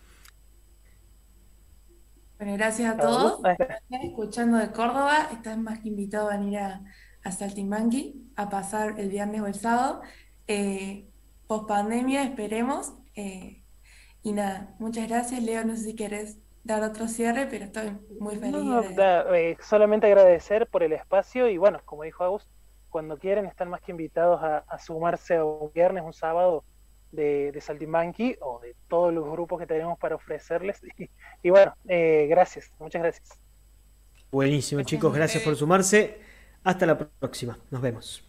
Bueno, gracias a Para todos. vos, ahí está. Estás escuchando de Córdoba, estás más que invitado a venir a, a Saltimbanqui a pasar el viernes o el sábado. Eh, post pandemia, esperemos. eh, y nada, muchas gracias, Leo. No sé si quieres dar otro cierre, pero estoy muy feliz No, de da- eh, solamente agradecer por el espacio y bueno, como dijo Agus, cuando quieran están más que invitados a, a sumarse a un viernes, un sábado de, de Saltimbanqui o de todos los grupos que tenemos para ofrecerles. Y, y bueno, eh, gracias, muchas gracias. Buenísimo, Gracias chicos, a gracias ustedes. por sumarse. Hasta la próxima, nos vemos.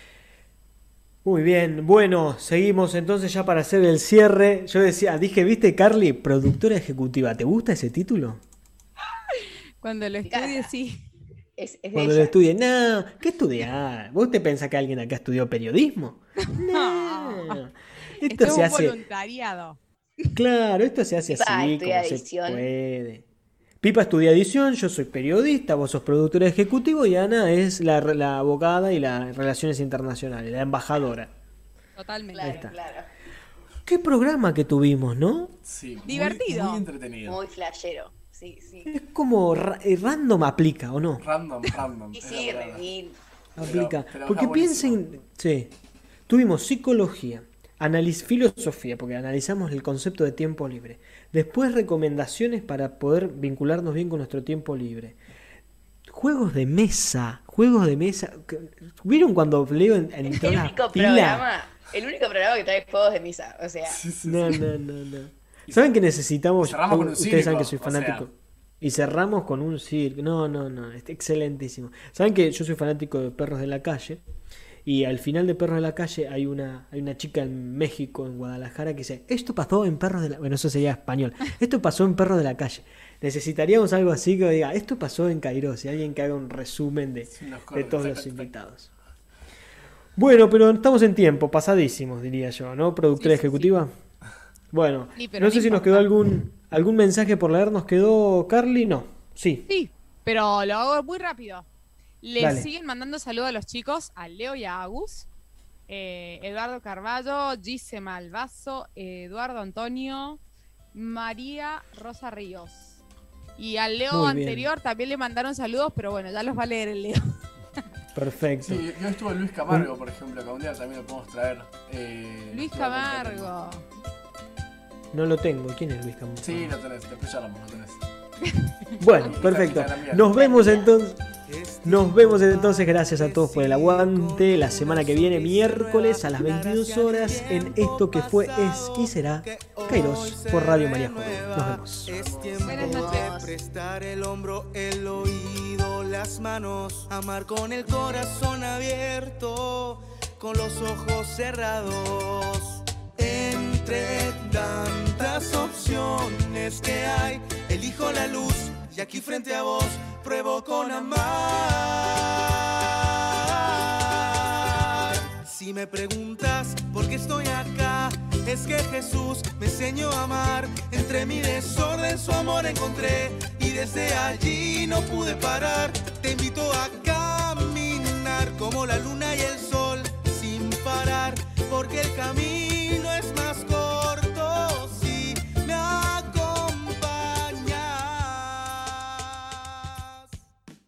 Muy bien, bueno, seguimos entonces ya para hacer el cierre. Yo decía, dije, ¿viste, Carly? Productora ejecutiva, ¿te gusta ese título? Cuando lo estudie, sí. Es, es de Cuando lo ella. estudie, no, ¿qué estudiar? ¿Vos te pensás que alguien acá estudió periodismo? No. Esto Esto es se un hace, voluntariado. claro, esto se hace Pipa así, estudia como se edición. puede. Pipa estudia edición, yo soy periodista, vos sos productora ejecutivo y Ana es la, la abogada y las relaciones internacionales, la embajadora. Totalmente. Ahí Claro, está. claro. Qué programa que tuvimos, ¿no? Sí, muy- Divertido. Muy, entretenido. Muy flashero. Sí, sí. Es como ra- eh, random aplica, ¿o no? Random, random. Y es sí, la palabra. remil. Aplica. pero Porque está buenísimo. piensen, sí, tuvimos psicología, analiz filosofía, porque analizamos el concepto de tiempo libre. Después recomendaciones para poder vincularnos bien con nuestro tiempo libre. Juegos de mesa, juegos de mesa. ¿Vieron cuando Leo en- El entró a la único pila? programa, el único programa que trae juegos de mesa. O sea, Sí, sí, No, sí. no, no, no. ¿Saben que necesitamos? Y cerramos con un Ustedes saben circo, que soy o fanático. sea. Y cerramos con un circo. No, no, no. Es excelentísimo. ¿Saben que yo soy fanático de Perros de la Calle? Y al final de Perros de la Calle hay una, hay una chica en México, en Guadalajara, que dice, esto pasó en Perros de la... Bueno, eso sería español. Esto pasó en Perros de la Calle. Necesitaríamos algo así que diga, esto pasó en Kairos. Y alguien que haga un resumen de, Sí, nos de corre, todos los perfecto, invitados. Bueno, pero estamos en tiempo, pasadísimos, diría yo, ¿no? Productora Sí, sí, sí. ejecutiva. Bueno, Sí, pero no sé no si nos importa. quedó algún, algún mensaje por leer. ¿Nos quedó Carly? No. Sí. Sí, pero lo hago muy rápido. Les Dale. siguen mandando saludos a los chicos, a Leo y a Agus. Eh, Eduardo Carballo, Gise Malvaso, Eduardo Antonio, María Rosa Ríos. Y al Leo Muy bien. anterior también le mandaron saludos, pero bueno, ya los va a leer el Leo. Perfecto. Sí, yo estuve Luis Camargo, por ejemplo, que un día también lo podemos traer. Eh, Luis estuvo acá en Camargo. No lo tengo. ¿Quién es Luis Camargo? Sí, lo tenés, después ya lo tenés. Bueno, perfecto. Nos vemos entonces. Nos vemos entonces. Gracias a todos por el aguante. La semana que viene, miércoles a las veintidós horas, en esto que fue, es y será Kairos por Radio María Joven. Nos vemos. Es tiempo Buenas de noches. prestar el hombro, el oído, las manos, amar con el corazón abierto, con los ojos cerrados. Entre tantas opciones que hay, elijo la luz y aquí frente a vos pruebo con amar. Si me preguntas por qué estoy acá, es que Jesús me enseñó a amar. Entre mi desorden su amor encontré y desde allí no pude parar. Te invito a caminar como la luna y el sol,